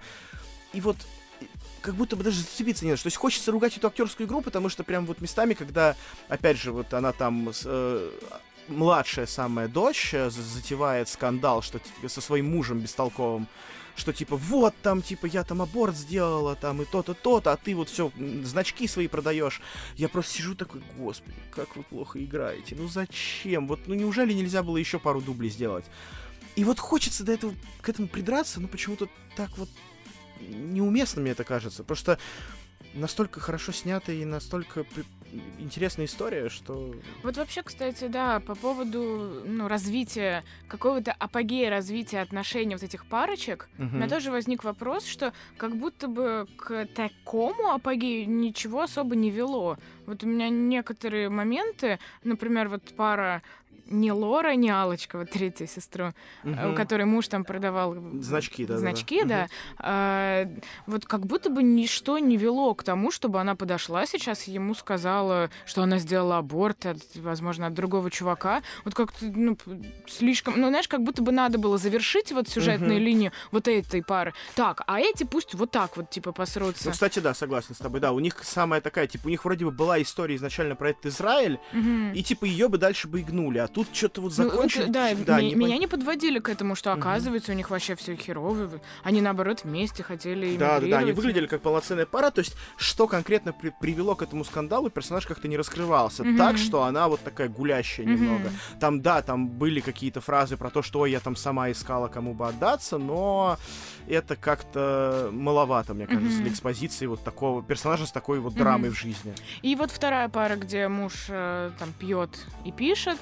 и вот как будто бы даже зацепиться не надо. То есть хочется ругать эту актерскую игру, потому что прям вот местами, когда, опять же, вот она там, э, младшая самая дочь, э, затевает скандал, что типа, со своим мужем бестолковым, что типа вот там, типа, я там аборт сделала, там и то-то, то-то, а ты вот все значки свои продаешь. Я просто сижу такой, господи, как вы плохо играете, ну зачем? Вот, ну неужели нельзя было еще пару дублей сделать? И вот хочется до этого, к этому придраться, но почему-то так вот неуместно мне это кажется. Просто настолько хорошо снято и настолько при... интересная история, что... Вот вообще, кстати, да, по поводу ну, развития, какого-то апогея развития отношений вот этих парочек, uh-huh. у меня тоже возник вопрос, что как будто бы к такому апогею ничего особо не вело. Вот у меня некоторые моменты, например, вот пара не Лора, не Аллочка, вот третья сестра, uh-huh. у которой муж там продавал значки, да, значки, да, да. Uh-huh. А, вот как будто бы ничто не вело к тому, чтобы она подошла сейчас и ему сказала, что она сделала аборт, от, возможно, от другого чувака. Вот как-то, ну, слишком... Ну, знаешь, как будто бы надо было завершить вот сюжетную uh-huh. линию вот этой пары. Так, а эти пусть вот так вот, типа, посрутся. Ну, кстати, да, согласен с тобой. Да, у них самая такая, типа, у них вроде бы была история изначально про этот Израиль, uh-huh. и, типа, ее бы дальше бы и гнули, а тут что-то вот закончили. Ну, да, да м- не меня пон... не подводили к этому, что, оказывается, uh-huh. у них вообще все херово. Они, наоборот, вместе хотели эмигрировать. Да, да, да, они выглядели как полноценная пара. То есть, что конкретно при- привело к этому скандалу, персонаж как-то не раскрывался. Uh-huh. Так, что она вот такая гулящая uh-huh. немного. Там, да, там были какие-то фразы про то, что я там сама искала, кому бы отдаться, но это как-то маловато, мне кажется, uh-huh. для экспозиции вот такого персонажа с такой вот драмой uh-huh. в жизни. И вот вторая пара, где муж э, там пьет и пишет,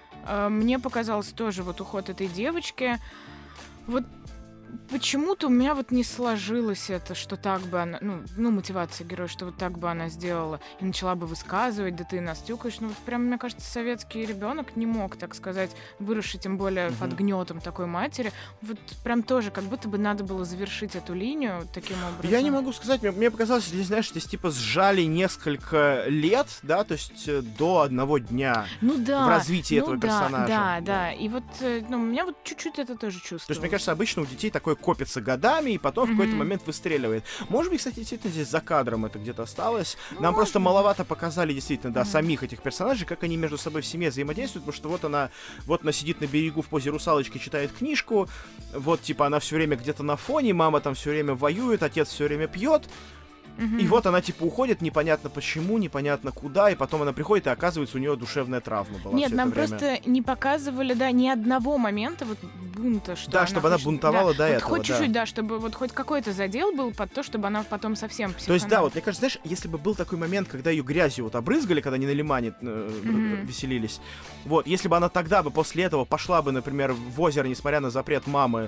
мне показалось тоже вот уход этой девочки. Вот почему-то у меня вот не сложилось это, что так бы она... Ну, ну, мотивация героя, что вот так бы она сделала и начала бы высказывать, да ты нас тюкаешь. Ну, вот прям, мне кажется, советский ребенок не мог, так сказать, выросший, тем более угу. под гнетом такой матери. Вот прям тоже как будто бы надо было завершить эту линию таким образом. Я не могу сказать, мне, мне показалось, здесь, знаешь, здесь типа сжали несколько лет, да, то есть до одного дня ну, да. в развитии ну, этого да, персонажа. Да, да, да. И вот, ну, у меня вот чуть-чуть это тоже чувствовалось. То есть, мне кажется, обычно у детей такое копится годами, и потом mm-hmm. в какой-то момент выстреливает. Может быть, кстати, действительно здесь за кадром это где-то осталось. Ну, Нам просто маловато показали действительно, да, mm-hmm. самих этих персонажей, как они между собой в семье взаимодействуют, потому что вот она, вот она сидит на берегу в позе русалочки, читает книжку, вот, типа, она все время где-то на фоне, мама там все время воюет, отец все время пьет. Mm-hmm. И вот она, типа, уходит, непонятно почему, непонятно куда, и потом она приходит, и оказывается, у нее душевная травма была. Нет, нам время. просто не показывали, да, ни одного момента вот бунта, что да, она чтобы она хоть, бунтовала да, до вот этого, хоть да. чуть-чуть, да, чтобы вот хоть какой-то задел был под то, чтобы она потом совсем психанула. То есть, да, вот, мне кажется, знаешь, если бы был такой момент, когда ее грязью вот обрызгали, когда они на лимане э, mm-hmm. веселились, вот, если бы она тогда бы после этого пошла бы, например, в озеро, несмотря на запрет мамы,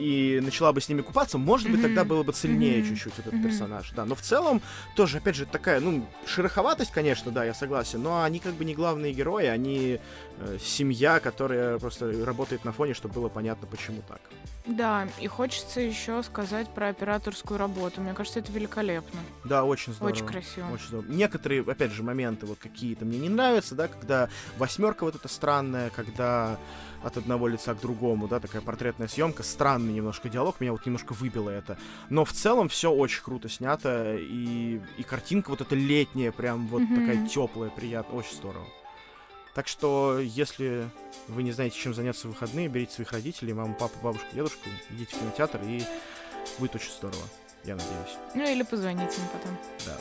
и начала бы с ними купаться, может быть, mm-hmm. тогда было бы цельнее mm-hmm. чуть-чуть этот mm-hmm. персонаж, да, но в целом тоже, опять же, такая, ну, шероховатость, конечно, да, я согласен, но они как бы не главные герои, они э, семья, которая просто работает на фоне, чтобы было понятно, почему так. Да, и хочется еще сказать про операторскую работу. Мне кажется, это великолепно. Да, очень здорово. Очень красиво. Очень здорово. Некоторые, опять же, моменты вот какие-то мне не нравятся, да, когда восьмерка вот эта странная, когда от одного лица к другому, да, такая портретная съемка, странный немножко диалог, меня вот немножко выбило это. Но в целом все очень круто снято, и, и картинка вот эта летняя, прям вот mm-hmm. такая теплая, приятная, очень здорово. Так что, если вы не знаете, чем заняться в выходные, берите своих родителей, маму, папу, бабушку, дедушку, идите в кинотеатр, и будет очень здорово, я надеюсь. Ну или позвоните им потом. Да.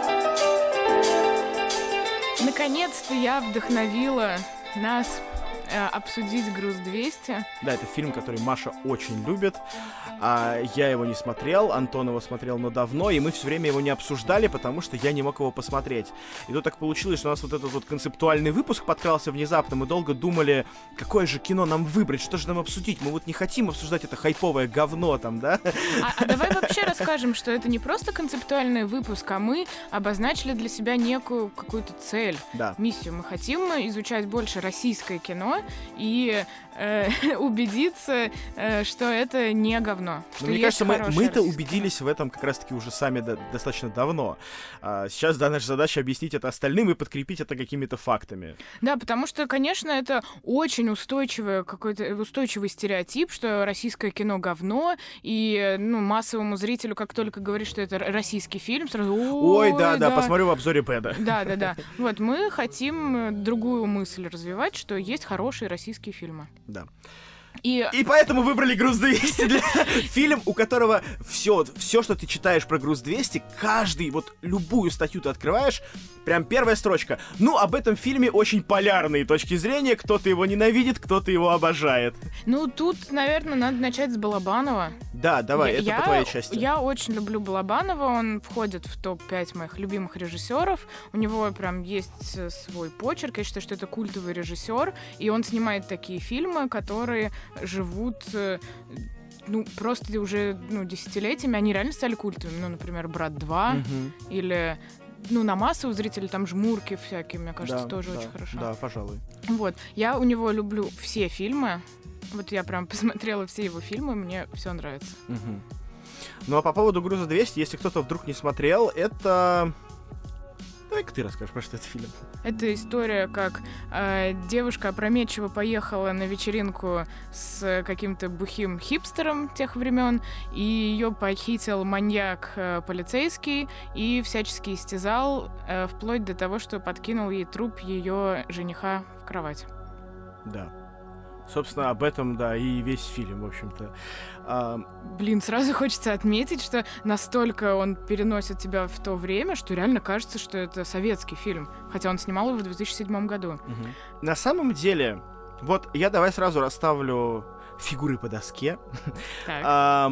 Наконец-то я вдохновила нас э, обсудить «Груз двести». Да, это фильм, который Маша очень любит. А я его не смотрел, Антон его смотрел, но давно, и мы все время его не обсуждали, потому что я не мог его посмотреть. И тут так получилось, что у нас вот этот вот концептуальный выпуск подкрался внезапно. Мы долго думали, какое же кино нам выбрать, что же нам обсудить. Мы вот не хотим обсуждать это хайповое говно там, да? А, а давай вообще расскажем, что это не просто концептуальный выпуск, а мы обозначили для себя некую какую-то цель, да. миссию. Мы хотим изучать больше российское кино и э, убедиться, э, что это не говно. Но мне кажется, мы, мы-то убедились в этом как раз-таки уже сами до, достаточно давно. А сейчас, да, наша задача объяснить это остальным и подкрепить это какими-то фактами. Да, потому что, конечно, это очень устойчивый какой-то устойчивый стереотип, что российское кино говно, и ну, массовому зрителю, как только говоришь, что это российский фильм, сразу ой, ой да, да, да, посмотрю в обзоре Бэда. Да, да, да. Вот, мы хотим другую мысль развивать, что есть хорошие российские фильмы. Да. И... и поэтому выбрали «Груз двести» для фильм, у которого все, все, что ты читаешь про «Груз двести», каждый, вот любую статью ты открываешь, прям первая строчка. Ну, об этом фильме очень полярные точки зрения, кто-то его ненавидит, кто-то его обожает. Ну, тут, наверное, надо начать с Балабанова. Да, давай, я, это я, по твоей части. Я очень люблю Балабанова, он входит в топ пять моих любимых режиссеров. У него прям есть свой почерк, я считаю, что это культовый режиссер, и он снимает такие фильмы, которые живут, ну, просто уже, ну, десятилетиями, они реально стали культовыми. Ну, например, «Брат два», угу. или, ну, на массу у зрителей там жмурки всякие, мне кажется, да, тоже да, очень хорошо. Да, пожалуй. Вот, я у него люблю все фильмы, вот я прям посмотрела все его фильмы, мне все нравится. Угу. Ну, а по поводу «Груза двести», если кто-то вдруг не смотрел, это... Давай-ка ты расскажешь, про что это фильм. Это история, как э, девушка опрометчиво поехала на вечеринку с каким-то бухим хипстером тех времен, и ее похитил маньяк э, полицейский и всячески истязал, э, вплоть до того, что подкинул ей труп ее жениха в кровать. Да. Собственно, об этом, да, и весь фильм, в общем-то. А... Блин, сразу хочется отметить, что настолько он переносит тебя в то время, что реально кажется, что это советский фильм. Хотя он снимал его в две тысячи седьмом году. Угу. На самом деле, вот я давай сразу расставлю фигуры по доске. а,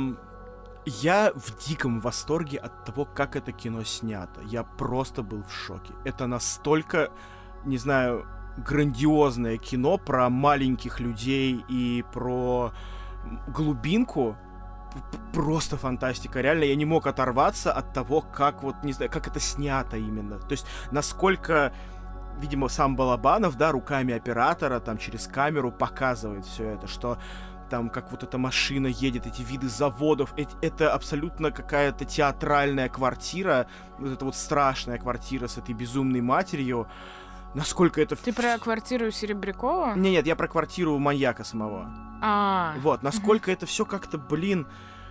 я в диком восторге от того, как это кино снято. Я просто был в шоке. Это настолько, не знаю... грандиозное кино про маленьких людей и про глубинку. Просто фантастика. Реально, я не мог оторваться от того, как вот, не знаю, как это снято именно. То есть, насколько, видимо, сам Балабанов, да, руками оператора, там, через камеру показывает все это, что там, как вот эта машина едет, эти виды заводов, эти, это абсолютно какая-то театральная квартира, вот эта вот страшная квартира с этой безумной матерью. Насколько это... Ты про квартиру Серебрякова? Не, нет, я про квартиру маньяка самого. А. Вот, насколько это все как-то, блин,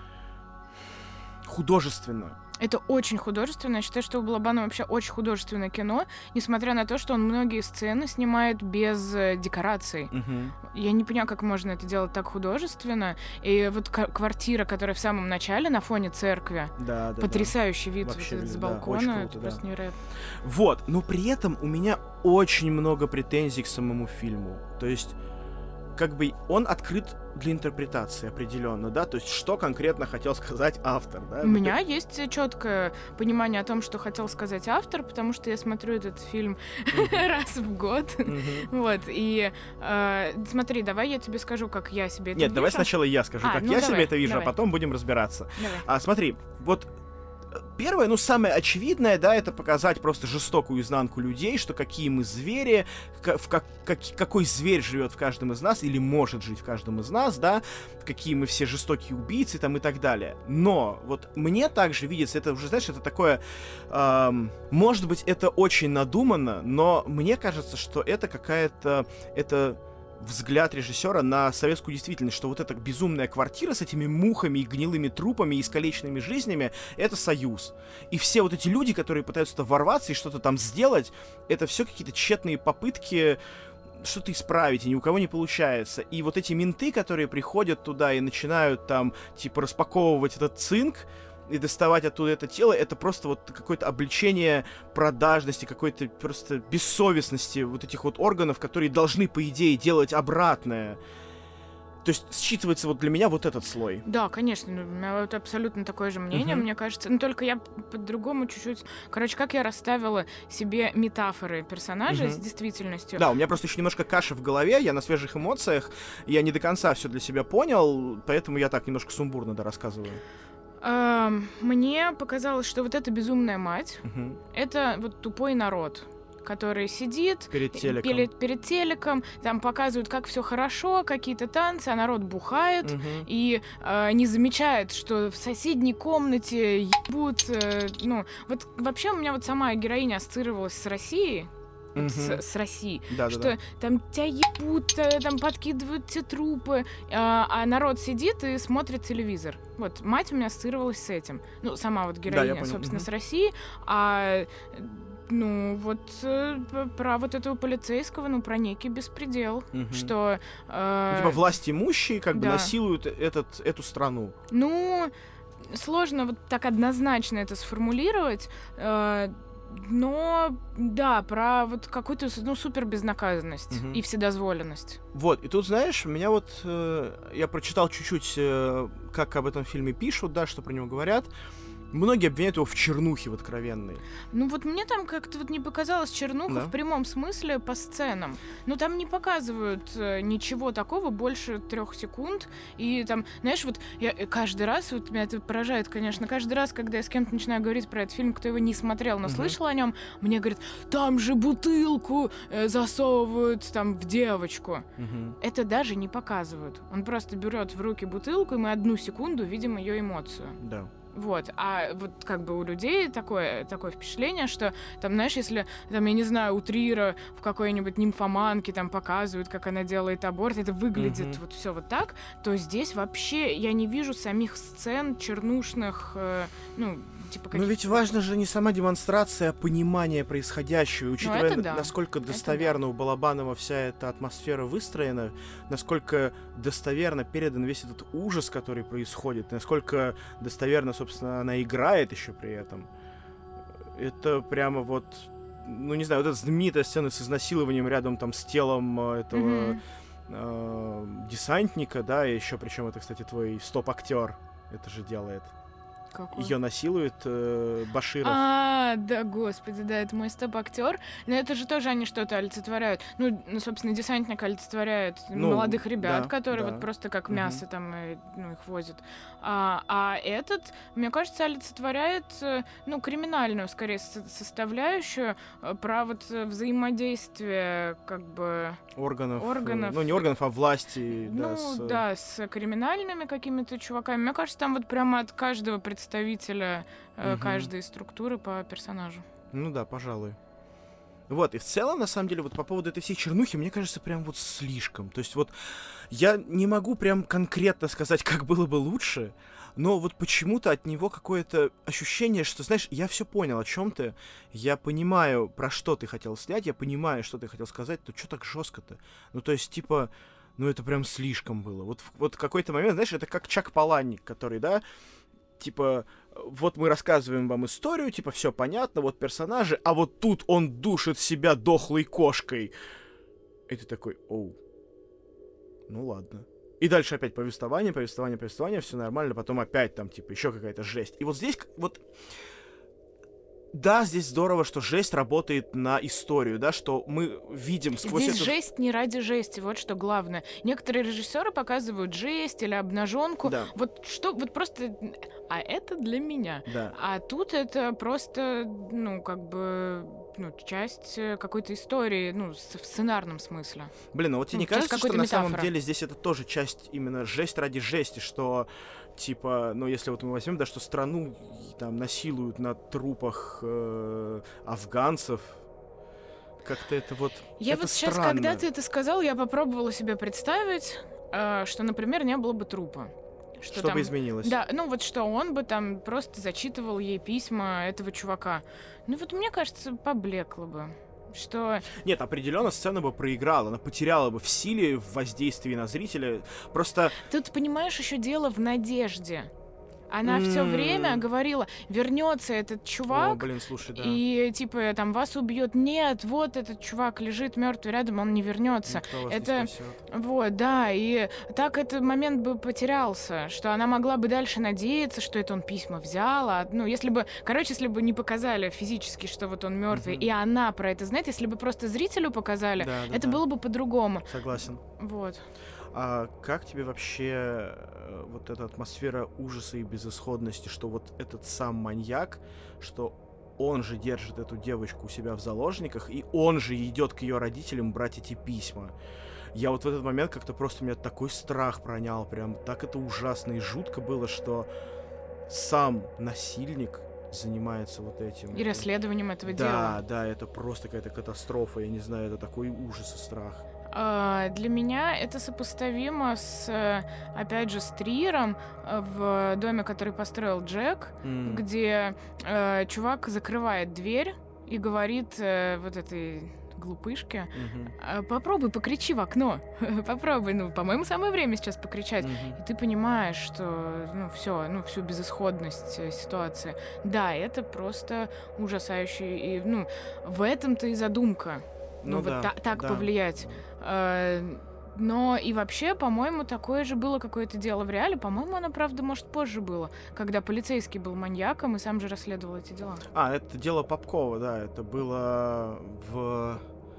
художественно. Это очень художественно. Я считаю, что у Балабанова вообще очень художественное кино, несмотря на то, что он многие сцены снимает без э, декораций. Угу. Я не понимаю, как можно это делать так художественно. И вот к- квартира, которая в самом начале на фоне церкви, да, да, потрясающий да. вид Вообще, вот, с да, балкона, круто, это да. просто невероятно. Вот, но при этом у меня очень много претензий к самому фильму. То есть, как бы он открыт для интерпретации определенно, да, то есть что конкретно хотел сказать автор, да? У меня есть четкое понимание о том, что хотел сказать автор, потому что я смотрю этот фильм mm-hmm. раз в год, mm-hmm. вот, и э, смотри, давай я тебе скажу, как я себе это Нет, вижу. Давай сначала я скажу, а, как ну я давай, себе это вижу, давай. а потом будем разбираться. Давай. А, смотри, вот первое, ну, самое очевидное, да, это показать просто жестокую изнанку людей, что какие мы звери, в как, как, какой зверь живет в каждом из нас или может жить в каждом из нас, да, какие мы все жестокие убийцы там и так далее. Но вот мне также видится, это уже, знаешь, это такое, эм, может быть, это очень надуманно, но мне кажется, что это какая-то, это... взгляд режиссера на советскую действительность, что вот эта безумная квартира с этими мухами и гнилыми трупами и искалеченными жизнями — это союз. И все вот эти люди, которые пытаются туда ворваться и что-то там сделать, это все какие-то тщетные попытки что-то исправить, и ни у кого не получается. И вот эти менты, которые приходят туда и начинают там, типа, распаковывать этот цинк, и доставать оттуда это тело, это просто вот какое-то обличение продажности, какой-то просто бессовестности вот этих вот органов, которые должны, по идее, делать обратное. То есть считывается вот для меня вот этот слой. Да, конечно, у меня вот абсолютно такое же мнение, uh-huh. мне кажется. Но только я по-другому чуть-чуть... Короче, как я расставила себе метафоры персонажей uh-huh. с действительностью. Да, у меня просто еще немножко каша в голове, я на свежих эмоциях, я не до конца все для себя понял, поэтому я так немножко сумбурно да, рассказываю. Uh, мне показалось, что вот эта безумная мать, uh-huh. это вот тупой народ, который сидит перед телеком. Перед, перед телеком, там показывают, как все хорошо, какие-то танцы, а народ бухает угу. и э, не замечает, что в соседней комнате ебут. Э, ну, вот вообще у меня вот сама героиня ассоциировалась с Россией. Угу. С, с Россией, да, что да, да. там тебя ебут, там подкидывают те трупы, а, а народ сидит и смотрит телевизор. Вот, мать у меня ассоциировалась с этим. Ну, сама вот героиня, да, собственно, угу. с Россией, а ну, вот э, про вот этого полицейского, ну, про некий беспредел, угу. что... Э, ну, типа власть имущие как да. бы насилуют этот, эту страну. Ну, сложно вот так однозначно это сформулировать, э, но, да, про вот какую-то, ну, супербезнаказанность угу. и вседозволенность. Вот, и тут, знаешь, меня вот... Э, я прочитал чуть-чуть, э, как об этом фильме пишут, да, что про него говорят. Многие обвиняют его в чернухе в откровенной. Ну вот мне там как-то вот не показалась чернуха да. в прямом смысле по сценам. Ну там не показывают э, ничего такого больше трех секунд. И там, знаешь, вот я каждый раз, вот меня это поражает, конечно, каждый раз, когда я с кем-то начинаю говорить про этот фильм, кто его не смотрел, но uh-huh. слышал о нем, мне говорят, там же бутылку э, засовывают там в девочку. Uh-huh. Это даже не показывают. Он просто берет в руки бутылку, и мы одну секунду видим ее эмоцию. Да. Вот, а вот как бы у людей такое, такое впечатление, что там, знаешь, если, там, я не знаю, у Триера в какой-нибудь нимфоманке там показывают, как она делает аборт, это выглядит mm-hmm. вот все вот так, то здесь вообще я не вижу самих сцен чернушных, э, ну, типа каких-то... Но ведь важно же не сама демонстрация, а понимание происходящего, учитывая, ну, да. насколько достоверно да. у Балабанова вся эта атмосфера выстроена, насколько достоверно передан весь этот ужас, который происходит, насколько достоверно, собственно, она играет еще при этом. Это прямо вот, ну не знаю, вот эта знаменитая сцена с изнасилованием рядом там с телом этого mm-hmm. э, десантника, да, и еще причем это, кстати, твой стоп-актер это же делает. Какой? Ее насилует э, Баширов. А, да, господи, да, это мой стоп-актер. Но это же тоже они что-то олицетворяют. Ну, ну собственно, десантник олицетворяет ну, молодых ребят, да, которые да. вот просто как угу. мясо там ну, их возят. А, а этот, мне кажется, олицетворяет ну, криминальную, скорее, составляющую про вот взаимодействие как бы... Органов. органов. Ну, не органов, а власти. Ну, да, с... да, с криминальными какими-то чуваками. Мне кажется, там вот прямо от каждого представителя представителя э, угу. каждой структуры по персонажу. Ну да, пожалуй. Вот, и в целом, на самом деле, вот по поводу этой всей чернухи, мне кажется, прям вот слишком. То есть вот я не могу прям конкретно сказать, как было бы лучше, но вот почему-то от него какое-то ощущение, что, знаешь, я все понял, о чем ты, я понимаю, про что ты хотел снять, я понимаю, что ты хотел сказать, но что так жестко-то? Ну, то есть, типа... Ну, это прям слишком было. Вот, вот в какой-то момент, знаешь, это как Чак Паланик, который, да, типа, вот мы рассказываем вам историю, типа, все понятно, вот персонажи, а вот тут он душит себя дохлой кошкой. И ты такой, оу, ну ладно. И дальше опять повествование, повествование, повествование, все нормально, потом опять там, типа, еще какая-то жесть. И вот здесь, вот... Да, здесь здорово, что жесть работает на историю, да, что мы видим сквозь здесь эту... жесть не ради жести, вот что главное. Некоторые режиссеры показывают жесть или обнаженку. Да. Вот что, вот просто... А это для меня. Да. А тут это просто, ну, как бы... Ну, часть какой-то истории, ну, в сценарном смысле. Блин, ну вот тебе ну, не кажется, что метафора. На самом деле здесь это тоже часть именно жесть ради жести, что... Типа, ну, если вот мы возьмем, да, что страну там насилуют на трупах э, афганцев, как-то это вот Я это вот сейчас, странно. Когда ты это сказал, я попробовала себе представить, э, что, например, не было бы трупа. Что, что там, бы изменилось? Да, ну вот что он бы там просто зачитывал ей письма этого чувака. Ну вот мне кажется, поблекло бы. Что... Нет, определенно сцена бы проиграла, она потеряла бы в силе, в воздействии на зрителя. Просто... Тут, понимаешь, еще дело в надежде. Она Mm. все время говорила, вернется этот чувак, О, блин, слушай, да. и типа там вас убьет. Нет, вот этот чувак лежит мертвый рядом, он не вернется. Никто вас Это не спасет. вот, да, и так этот момент бы потерялся, что она могла бы дальше надеяться, что это он письма взял, а, ну если бы, короче, если бы не показали физически, что вот он мертвый, Мгм. и она про это знает, если бы просто зрителю показали, Да, да, это да. было бы по-другому. Согласен. Вот. А как тебе вообще э, вот эта атмосфера ужаса и безысходности, что вот этот сам маньяк, что он же держит эту девочку у себя в заложниках, и он же идет к ее родителям брать эти письма. Я вот в этот момент как-то просто, у меня такой страх пронял, прям так это ужасно и жутко было, что сам насильник занимается вот этим. И расследованием этого дела. Да, да, это просто какая-то катастрофа, я не знаю, это такой ужас и страх. А, Для меня это сопоставимо с, э, опять же, с Триером э, в доме, который построил Джек, М. где э, чувак закрывает дверь и говорит э, вот этой глупышке: Мгм. «А, попробуй, покричи в окно. Попробуй, ну, по-моему, самое время сейчас покричать. Мгм. И ты понимаешь, что, ну, все, ну, всю безысходность э, ситуации. Да, это просто ужасающе. И, ну, в этом-то и задумка. Ну, вот да, та- так да. повлиять. Э, Но и вообще, по-моему, такое же было какое-то дело в реале. По-моему, оно, правда, может, позже было, когда полицейский был маньяком и сам же расследовал эти дела. А, это дело Попкова, да, это было в...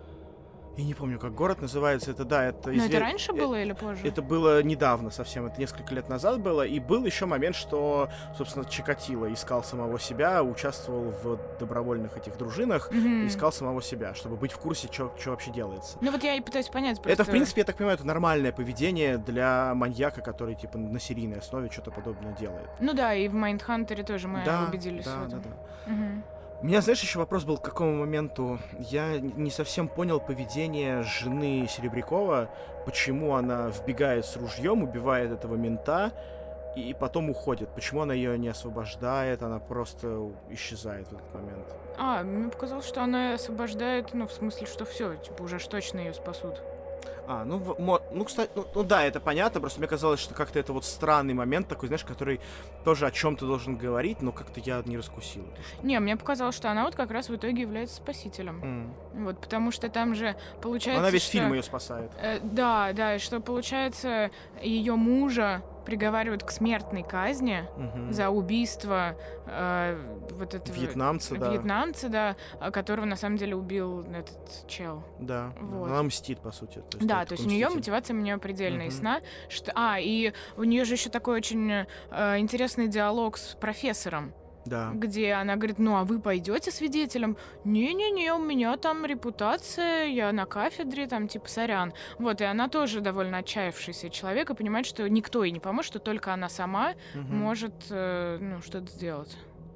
Я не помню, как город называется, это, да, это... Но изве- это раньше э, было или позже? Это было недавно совсем, это несколько лет назад было, и был еще момент, что, собственно, Чикатило искал самого себя, участвовал в добровольных этих дружинах, Мгм. искал самого себя, чтобы быть в курсе, что вообще делается. Ну вот я и пытаюсь понять просто... Это, в принципе, я так понимаю, это нормальное поведение для маньяка, который, типа, на серийной основе что-то подобное делает. Ну да, и в Майндхантере тоже мы да, убедились да, в да, этом. да. Мгм. У меня, знаешь, еще вопрос был, к какому моменту я н- не совсем понял поведение жены Серебрякова, почему она вбегает с ружьем, убивает этого мента и потом уходит. Почему она ее не освобождает, она просто исчезает в этот момент. А, мне показалось, что она освобождает, ну, в смысле, что все, типа, уже ж точно ее спасут. А, ну, в- мо- ну, кстати, ну, ну да, это понятно, просто мне казалось, что как-то это вот странный момент такой, знаешь, который тоже о чем-то должен говорить, но как-то я не раскусил. эту штуку. Не, мне показалось, что она вот как раз в итоге является спасителем. М. Вот, потому что там же получается, Она весь что... фильм ее спасает. Э, да, да, и что получается, ее мужа приговаривают к смертной казни Мгм. за убийство э, вот этого Вьетнамца, да. вьетнамца, да, а, которого на самом деле убил этот чел. Да, да. Вот. Она мстит, по сути. То есть Да, он то есть такой у нее мститель. мотивация у нее предельно Мгм. ясна. Что... А, и у нее же еще такой очень э, интересный диалог с профессором, Да. где она говорит: ну а вы пойдете свидетелем? Не-не-не, у меня там репутация, я на кафедре, там типа сорян. Вот, и она тоже довольно отчаявшийся человек и понимает, что никто ей не поможет, что только она сама Мгм. может э, ну, что-то сделать.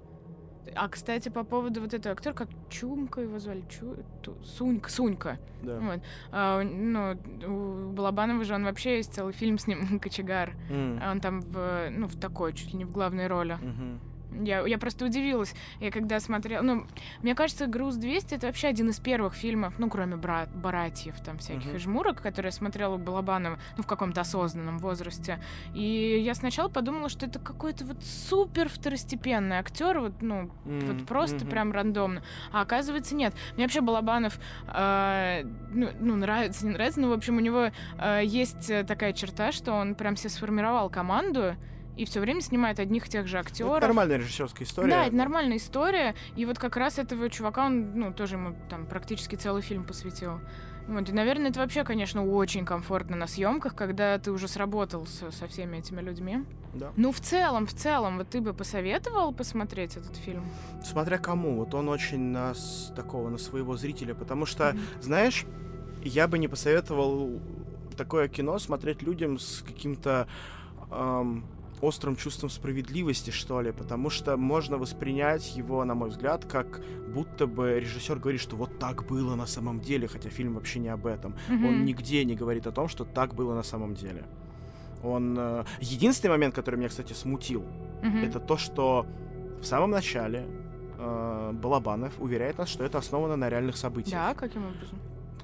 А, кстати, по поводу вот этого актера, как Чумка его звали, Чу... Ту- Сунька, Сунька. Да. Вот. А, ну, у Балабанова же он вообще есть целый фильм с ним «Кочегар». М. Он там в, ну, в такой, чуть ли не в главной роли. Мгм. Я, я просто удивилась, я когда смотрела... Ну, мне кажется, «Груз двести» — это вообще один из первых фильмов, ну, кроме брат, «Братьев», там, всяких Мгм. и «Жмурок», которые я смотрела у Балабанова, ну, в каком-то осознанном возрасте. И я сначала подумала, что это какой-то вот супер второстепенный актер, вот, ну, М, вот просто мгм. прям рандомно. А оказывается, нет. Мне вообще Балабанов, э, ну, ну, нравится, не нравится, но, в общем, у него э, есть э, такая черта, что он прям себе сформировал команду, и все время снимает одних и тех же Ну, это актеров. нормальная режиссерская история. Да, это нормальная история. И вот как раз этого чувака, он, ну, тоже ему там практически целый фильм посвятил. Вот, и, наверное, это вообще, конечно, очень комфортно на съемках, когда ты уже сработался со всеми этими людьми. Да. Ну, в целом, в целом, вот ты бы посоветовал посмотреть этот фильм? Смотря кому. Вот он очень на с- такого, на своего зрителя. Потому что, Мгм. знаешь, я бы не посоветовал такое кино смотреть людям с каким-то ам, острым чувством справедливости, что ли, потому что можно воспринять его, на мой взгляд, как будто бы режиссер говорит, что вот так было на самом деле, хотя фильм вообще не об этом. Мгм. Он нигде не говорит о том, что так было на самом деле. Он... э, Единственный момент, который меня, кстати, смутил, Мгм. это то, что в самом начале э, Балабанов уверяет нас, что это основано на реальных событиях. Да, каким образом?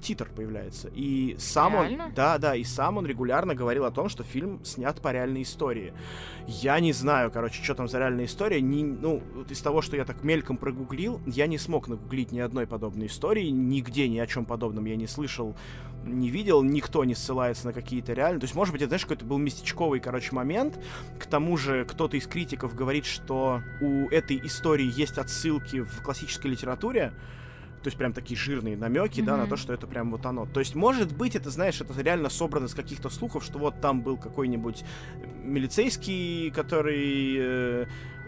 титр появляется. И сам Реально? он... Да, да, и сам он регулярно говорил о том, что фильм снят по реальной истории. Я не знаю, короче, что там за реальная история. Не, ну, вот из того, что я так мельком прогуглил, я не смог нагуглить ни одной подобной истории. Нигде ни о чем подобном я не слышал, не видел. Никто не ссылается на какие-то реальные... То есть, может быть, это, знаешь, какой-то был местечковый, короче, момент. К тому же, кто-то из критиков говорит, что у этой истории есть отсылки в классической литературе. То есть прям такие жирные намеки, mm-hmm. да, на то, что это прям вот оно. То есть, может быть, это, знаешь, это реально собрано из каких-то слухов, что вот там был какой-нибудь милицейский, который, э,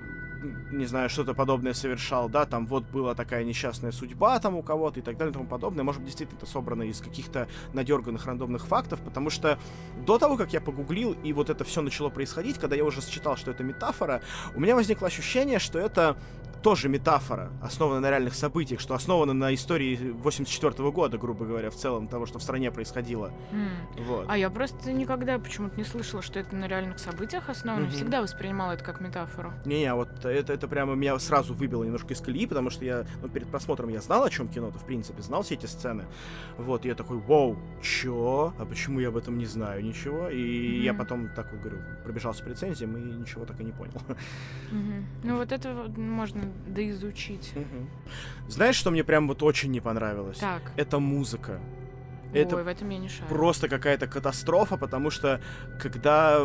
не знаю, что-то подобное совершал, да, там вот была такая несчастная судьба там у кого-то и так далее и тому подобное. Может быть, действительно это собрано из каких-то надерганных рандомных фактов, потому что до того, как я погуглил, и вот это все начало происходить, когда я уже считал, что это метафора, у меня возникло ощущение, что это тоже метафора, основанная на реальных событиях, что основана на истории восемьдесят четвёртого года, грубо говоря, в целом, того, что в стране происходило. Mm. Вот. А я просто никогда почему-то не слышала, что это на реальных событиях основано. Mm-hmm. Всегда воспринимала это как метафору. Не-не, вот это, это прямо меня сразу выбило немножко из колеи, потому что я, ну, перед просмотром я знал, о чем кино-то, в принципе, знал все эти сцены. Вот, и я такой, вау, чё? А почему я об этом не знаю ничего? И mm-hmm. я потом, так вот говорю, пробежался по рецензиям и ничего так и не понял. Mm-hmm. Ну, вот это можно доизучить. Угу. Знаешь, что мне прям вот очень не понравилось? Так. Это музыка. Ой, это в этом я не шарю. Просто какая-то катастрофа, потому что когда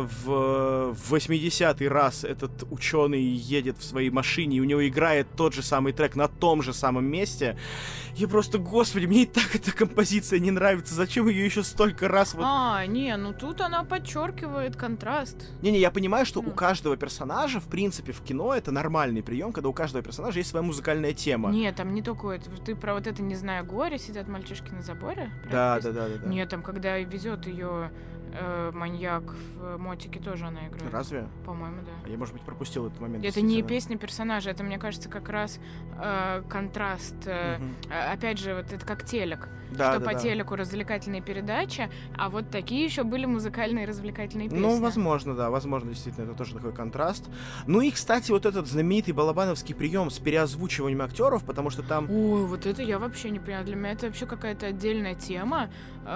в восьмидесятый раз этот ученый едет в своей машине, и у него играет тот же самый трек на том же самом месте, я просто, господи, мне и так эта композиция не нравится. Зачем ее еще столько раз вот... А, не, ну тут она подчеркивает контраст. Не-не, я понимаю, что mm. у каждого персонажа, в принципе, в кино это нормальный прием, когда у каждого персонажа есть своя музыкальная тема. Нет, там не только это. Ты про вот это, не знаю, горе, сидят мальчишки на заборе? Да, да, да, да, да. Нет, там, когда везет ее э, маньяк в мотике, тоже она играет. Разве? По-моему, да. Я, может быть, пропустил этот момент. Это не песня персонажа, это, мне кажется, как раз э, контраст. Э, угу. Опять же, вот это как телек. Да, что да, по да. телеку развлекательные передачи, а вот такие еще были музыкальные развлекательные песни. Ну, возможно, да, возможно, действительно, это тоже такой контраст. Ну и, кстати, вот этот знаменитый балабановский прием с переозвучиванием актеров, потому что там... Ой, вот это я вообще не понимаю. Для меня это вообще какая-то отдельная тема.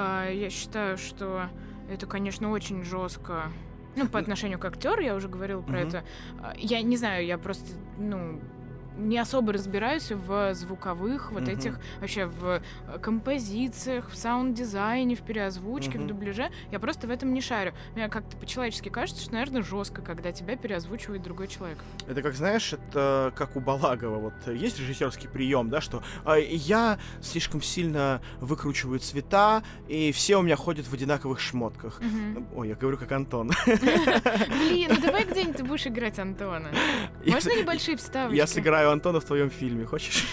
Я считаю, что это, конечно, очень жестко. Ну, по отношению к актеру, я уже говорила про mm-hmm. это. Я не знаю, я просто, ну... не особо разбираюсь в звуковых вот mm-hmm. этих, вообще в композициях, в саунд-дизайне, в переозвучке, mm-hmm. в дубляже. Я просто в этом не шарю. Мне как-то по-человечески кажется, что, наверное, жестко, когда тебя переозвучивает другой человек. Это как, знаешь, это как у Балагова. Вот есть режиссерский прием, да, что э, я слишком сильно выкручиваю цвета, и все у меня ходят в одинаковых шмотках. Mm-hmm. Ой, я говорю как Антон. Блин, ну давай где-нибудь ты будешь играть Антона. Можно небольшие вставочки? Я сыграю Антона в твоем фильме, хочешь?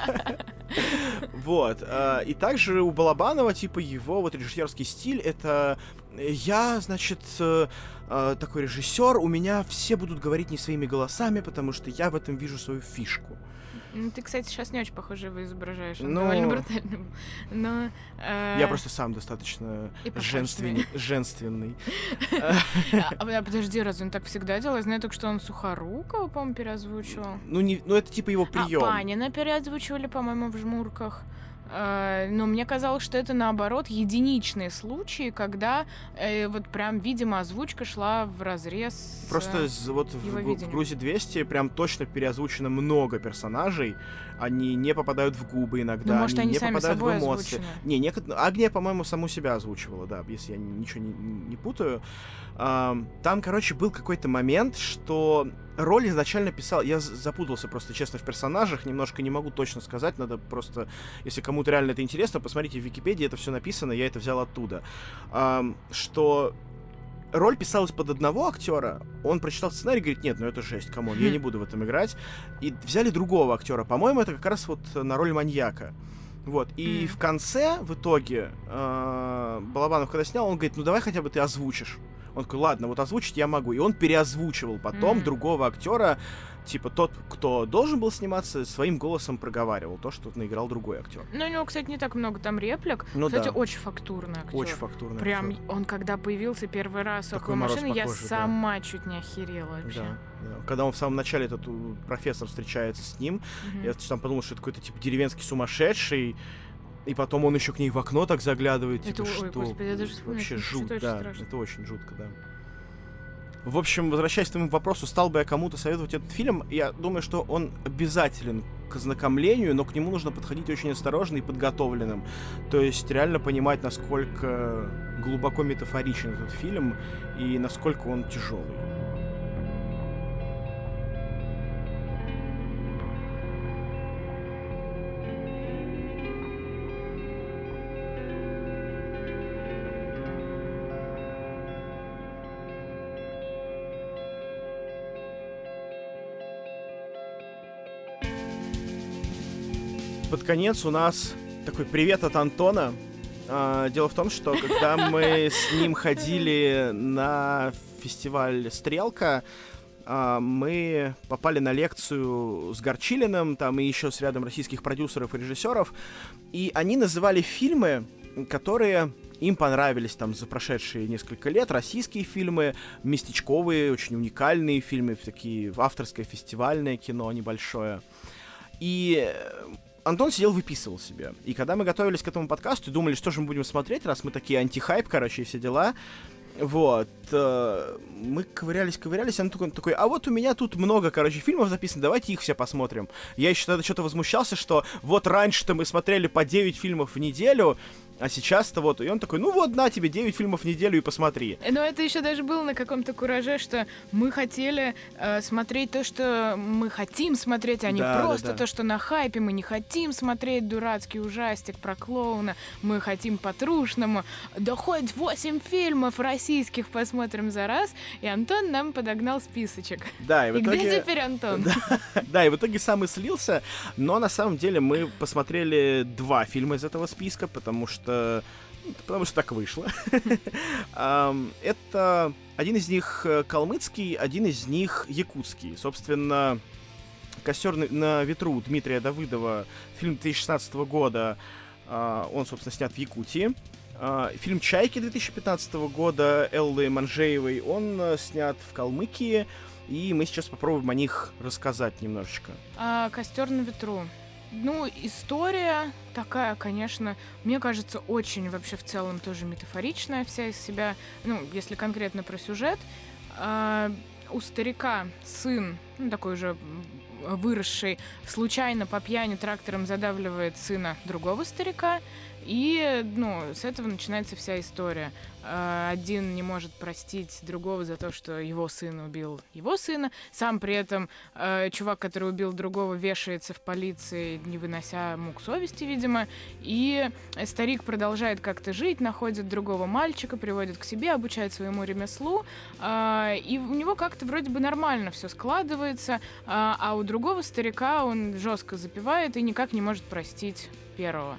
Вот. И также у Балабанова, типа, его вот режиссерский стиль, это я, значит, такой режиссер, у меня все будут говорить не своими голосами, потому что я в этом вижу свою фишку. Ну, ты, кстати, сейчас не очень похоже его изображаешь, он Но... довольно брутальный. Но, э... Я просто сам достаточно женственный. женственный. А подожди, разве он так всегда делал? Я знаю только, что он Сухорукова, по-моему, переозвучивал. Ну, не, ну это типа его прием. А Панина переозвучивали, по-моему, в «Жмурках». Но мне казалось, что это, наоборот, единичные случаи, когда э, вот прям, видимо, озвучка шла вразрез. Просто вот в, в «Грузе двести» прям точно переозвучено много персонажей. Они не попадают в губы иногда, ну, может, они, они не сами попадают в эмоции. Озвучены. Не, некотор... Агния, по-моему, саму себя озвучивала, да, если я ничего не, не путаю. А, там, короче, был какой-то момент, что роль изначально писал... Я запутался просто, честно, в персонажах, немножко не могу точно сказать, надо просто... Если кому-то реально это интересно, посмотрите в Википедии, это все написано, я это взял оттуда. А, что... Роль писалась под одного актера, он прочитал сценарий и говорит, нет, ну это жесть, камон, я не буду в этом играть. И взяли другого актера, по-моему, это как раз вот на роль маньяка. Вот, и mm. в конце, в итоге, э, Балабанов, когда снял, он говорит, ну давай хотя бы ты озвучишь. Он такой, ладно, вот озвучить я могу. И он переозвучивал потом mm. другого актера, типа тот, кто должен был сниматься, своим голосом проговаривал то, что наиграл другой актер. Ну, у него, кстати, не так много там реплик. Ну, кстати, да. очень фактурный актер. Очень фактурный Прям актер. Он, когда появился первый раз Такой около машины, похожий, я сама да. чуть не охерела вообще. Да, да. Когда он в самом начале, этот профессор встречается с ним, mm-hmm. я там подумал, что это какой-то типа деревенский сумасшедший. И потом он еще к ней в окно так заглядывает. Это, типа, ой, что? господи, я даже вспомнила, Вообще это жутко, очень да. страшно. Это очень жутко, да. В общем, возвращаясь к твоему вопросу, стал бы я кому-то советовать этот фильм, я думаю, что он обязателен к ознакомлению, но к нему нужно подходить очень осторожно и подготовленным. То есть реально понимать, насколько глубоко метафоричен этот фильм и насколько он тяжелый. Под конец у нас такой привет от Антона. А, дело в том, что когда мы с ним ходили на фестиваль «Стрелка», а, мы попали на лекцию с Горчилиным, там и еще с рядом российских продюсеров и режиссеров, и они называли фильмы, которые им понравились там за прошедшие несколько лет, российские фильмы, местечковые, очень уникальные фильмы, такие авторское фестивальное кино небольшое. И Антон сидел, выписывал себе. И когда мы готовились к этому подкасту и думали, что же мы будем смотреть, раз мы такие антихайп, короче, и все дела, вот, э, мы ковырялись-ковырялись, он такой, такой, а вот у меня тут много, короче, фильмов записано, давайте их все посмотрим. Я еще тогда что-то возмущался, что вот раньше-то мы смотрели по девять фильмов в неделю, а сейчас-то вот, и он такой, ну вот, на тебе девять фильмов в неделю и посмотри. Но это еще даже было на каком-то кураже, что мы хотели э, смотреть то, что мы хотим смотреть, а не да, просто да, да. то, что на хайпе. Мы не хотим смотреть дурацкий ужастик про клоуна, мы хотим по-трушному. Да хоть восемь фильмов российских посмотрим за раз, и Антон нам подогнал списочек. Да, и в и итоге... где теперь Антон? Да, да, и в итоге сам и слился, но на самом деле мы посмотрели два фильма из этого списка, потому что Потому что так вышло. Это один из них калмыцкий, один из них якутский. Собственно, «Костер на ветру» Дмитрия Давыдова, фильм две тысячи шестнадцатого года, он, собственно, снят в Якутии. Фильм «Чайки» две тысячи пятнадцатого года Эллы Манжеевой, он снят в Калмыкии, и мы сейчас попробуем о них рассказать немножечко. А, «Костер на ветру». Ну, история такая, конечно, мне кажется, очень вообще в целом тоже метафоричная вся из себя. Ну, если конкретно про сюжет. А, у старика сын, ну, такой уже выросший, случайно по пьяни трактором задавливает сына другого старика. И, ну, с этого начинается вся история. Один не может простить другого за то, что его сын убил его сына. Сам при этом э, чувак, который убил другого, вешается в полиции, не вынося мук совести, видимо. И старик продолжает как-то жить, находит другого мальчика, приводит к себе, обучает своему ремеслу. Э, и у него как-то вроде бы нормально все складывается. Э, а у другого старика он жестко запивает и никак не может простить первого.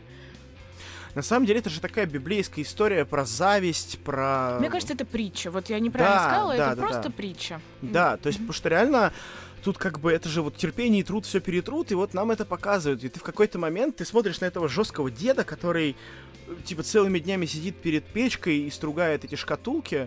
На самом деле, это же такая библейская история про зависть, про... Мне кажется, это притча. Вот я неправильно да, сказала, да, это да, просто да. притча. Да, то есть, потому что реально тут как бы это же вот терпение и труд все перетрут, и вот нам это показывают. И ты в какой-то момент, ты смотришь на этого жесткого деда, который типа целыми днями сидит перед печкой и стругает эти шкатулки,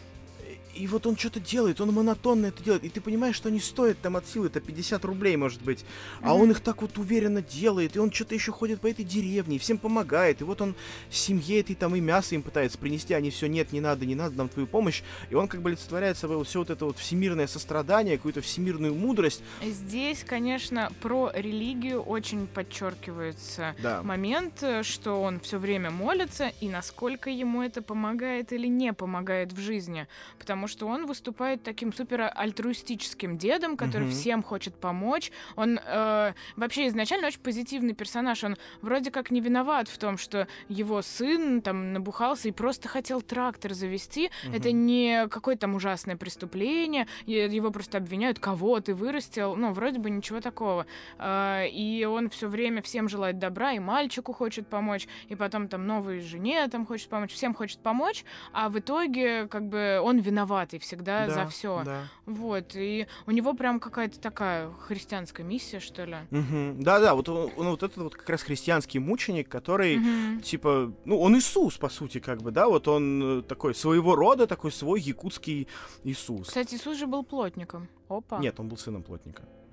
и вот он что-то делает, он монотонно это делает, и ты понимаешь, что они стоят там от силы, это пятьдесят рублей, может быть, а mm-hmm. он их так вот уверенно делает, и он что-то еще ходит по этой деревне, и всем помогает, и вот он семье этой там и мясо им пытается принести, они все, нет, не надо, не надо нам твою помощь, и он как бы олицетворяет собой вот все вот это вот всемирное сострадание, какую-то всемирную мудрость. Здесь, конечно, про религию очень подчеркивается да. момент, что он все время молится, и насколько ему это помогает или не помогает в жизни, потому что он выступает таким супер альтруистическим дедом, который mm-hmm. всем хочет помочь. Он э, вообще изначально очень позитивный персонаж. Он вроде как не виноват в том, что его сын там набухался и просто хотел трактор завести. Mm-hmm. Это не какое-то там ужасное преступление. Его просто обвиняют, кого ты вырастил. Ну, вроде бы ничего такого. Э, и он все время всем желает добра, и мальчику хочет помочь, и потом там новой жене там хочет помочь, всем хочет помочь, а в итоге как бы он виноват и всегда да, за все. Да. Вот. И у него прям какая-то такая христианская миссия, что ли. Угу. Да-да, вот он, он вот этот вот как раз христианский мученик, который, угу. типа, ну, он Иисус, по сути, как бы, да, вот он такой своего рода, такой свой якутский Иисус. Кстати, Иисус же был плотником. Опа. Нет, он был сыном плотника.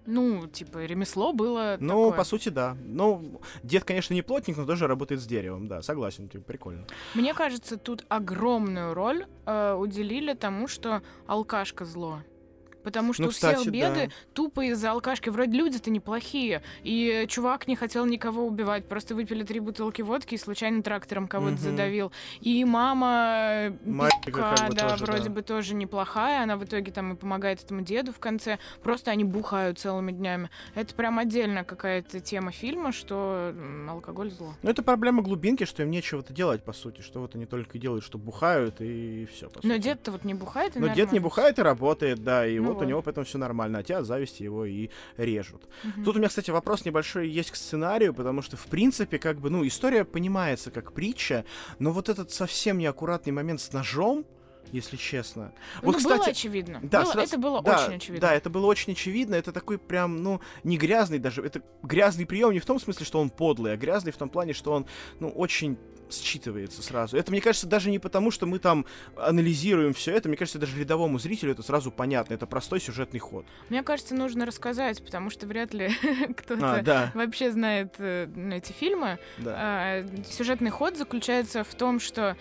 Ну, типа, ремесло было Ну, такое. по сути, да. Ну, дед, конечно, не плотник, но тоже работает с деревом, да, согласен, типа, прикольно. Мне кажется, тут огромную роль э, уделили тому, что алкашка зло. Потому что Ну, у кстати, всех беды да. тупо из-за алкашки. Вроде люди-то неплохие. И чувак не хотел никого убивать. Просто выпили три бутылки водки и случайно трактором кого-то Мгм. задавил. И мама Мальчика пиздюка, как бы да, тоже, вроде да. бы тоже неплохая. Она в итоге там и помогает этому деду в конце. Просто они бухают целыми днями. Это прям отдельно какая-то тема фильма, что м, алкоголь зло. Ну, это проблема глубинки, что им нечего-то делать, по сути, что вот они только и делают, что бухают, и все, по Но сути. дед-то вот не бухает, и Но дед не нормально. бухает и работает, да, и Ну вот у вот. него поэтому все нормально, а те от зависти его и режут. Мгм. Тут у меня, кстати, вопрос небольшой есть к сценарию, потому что, в принципе, как бы, ну, история понимается как притча, но вот этот совсем неаккуратный момент с ножом, если честно. Ну, Вот, было кстати, очевидно. да, Было- сразу- это было да, очень очевидно. Да, это было очень очевидно. Это такой прям, ну, не грязный даже. Это грязный прием не в том смысле, что он подлый, а грязный в том плане, что он, ну, очень считывается сразу. Это, мне кажется, даже не потому, что мы там анализируем все это. Мне кажется, даже рядовому зрителю это сразу понятно. Это простой сюжетный ход. Мне кажется, нужно рассказать, потому что вряд ли кто-то А, да, вообще знает э, эти фильмы. да. А, сюжетный ход заключается в том, что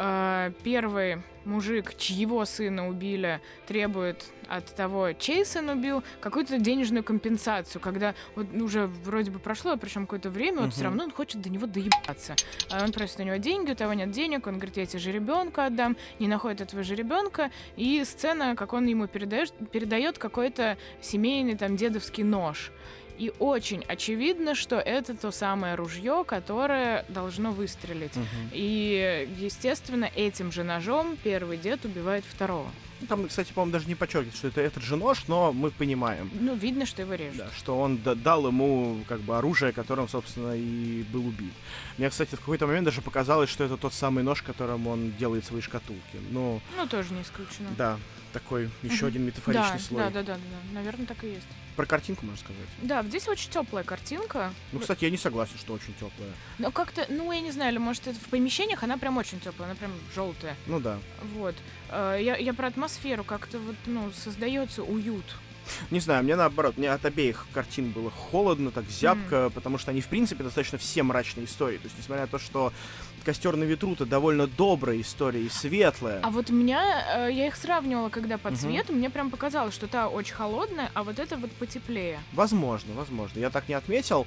а, первый мужик, чьего сына убили, требует от того, чей сын убил, какую-то денежную компенсацию, когда вот уже вроде бы прошло, причем какое-то время, вот все Мгм. равно он хочет до него доебаться. А он просит у него деньги, у того нет денег, он говорит, я тебе жеребенка отдам, не находит этого жеребенка, и сцена, как он ему передает, передает какой-то семейный там дедовский нож. И очень очевидно, что это то самое ружье, которое должно выстрелить. Мгм. И, естественно, этим же ножом первый дед убивает второго. Там, кстати, по-моему, даже не подчеркивает, что это этот же нож, но мы понимаем, Ну, видно, что его режут. да, что он да- дал ему как бы оружие, которым, собственно, и был убит. Мне, кстати, в какой-то момент даже показалось, что это тот самый нож, которым он делает свои шкатулки. Ну, Ну, тоже не исключено. да, такой еще Мгм. один метафоричный Да, слой. да, да, да, да, наверное, так и есть. Про картинку можно сказать. Да, здесь очень теплая картинка. Ну, кстати, я не согласен, что очень теплая. Но как-то, ну, я не знаю, или может это в помещениях она прям очень теплая, она прям желтая. Ну да. Вот. Э, Я, я про атмосферу, как-то вот, ну, создается уют. Не знаю, мне наоборот, мне от обеих картин было холодно, так зябко, потому что они, в принципе, достаточно все мрачные истории. То есть, несмотря на то, что «Костер на ветру»-то довольно добрая история и светлая. А вот у меня, э, я их сравнивала, когда по Мгм. цвету, мне прям показалось, что та очень холодная, а вот эта вот потеплее. Возможно, возможно. Я так не отметил,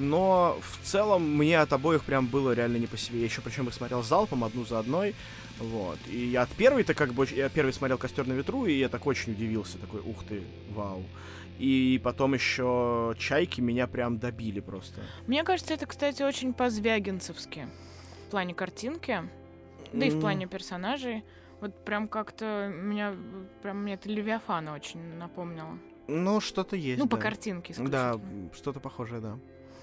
но в целом мне от обоих прям было реально не по себе. Я еще причем их смотрел залпом, одну за одной. Вот. И я от первой-то как бы... очень- Я первый смотрел «Костер на ветру», и я так очень удивился. Такой, ух ты, вау. И потом еще «Чайки» меня прям добили просто. Мне кажется, это, кстати, очень по-звягинцевски в плане картинки, да и в М, плане персонажей. Вот прям как-то меня, прям мне это Левиафана очень напомнило. Ну, что-то есть, Ну, по да. картинке Да, исключительно. м, что-то похожее, да.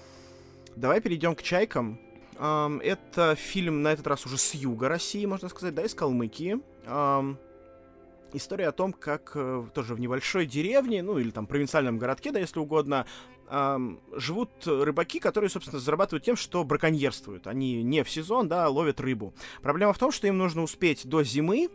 Давай перейдем к «Чайкам». Ам, это фильм, на этот раз уже с юга России, можно сказать, да, из Калмыкии. Ам, история о том, как э, тоже в небольшой деревне, ну или там провинциальном городке, да, если угодно, ам, живут рыбаки, которые, собственно, зарабатывают тем, что браконьерствуют. Они не в сезон, да, ловят рыбу. Проблема в том, что им нужно успеть до зимы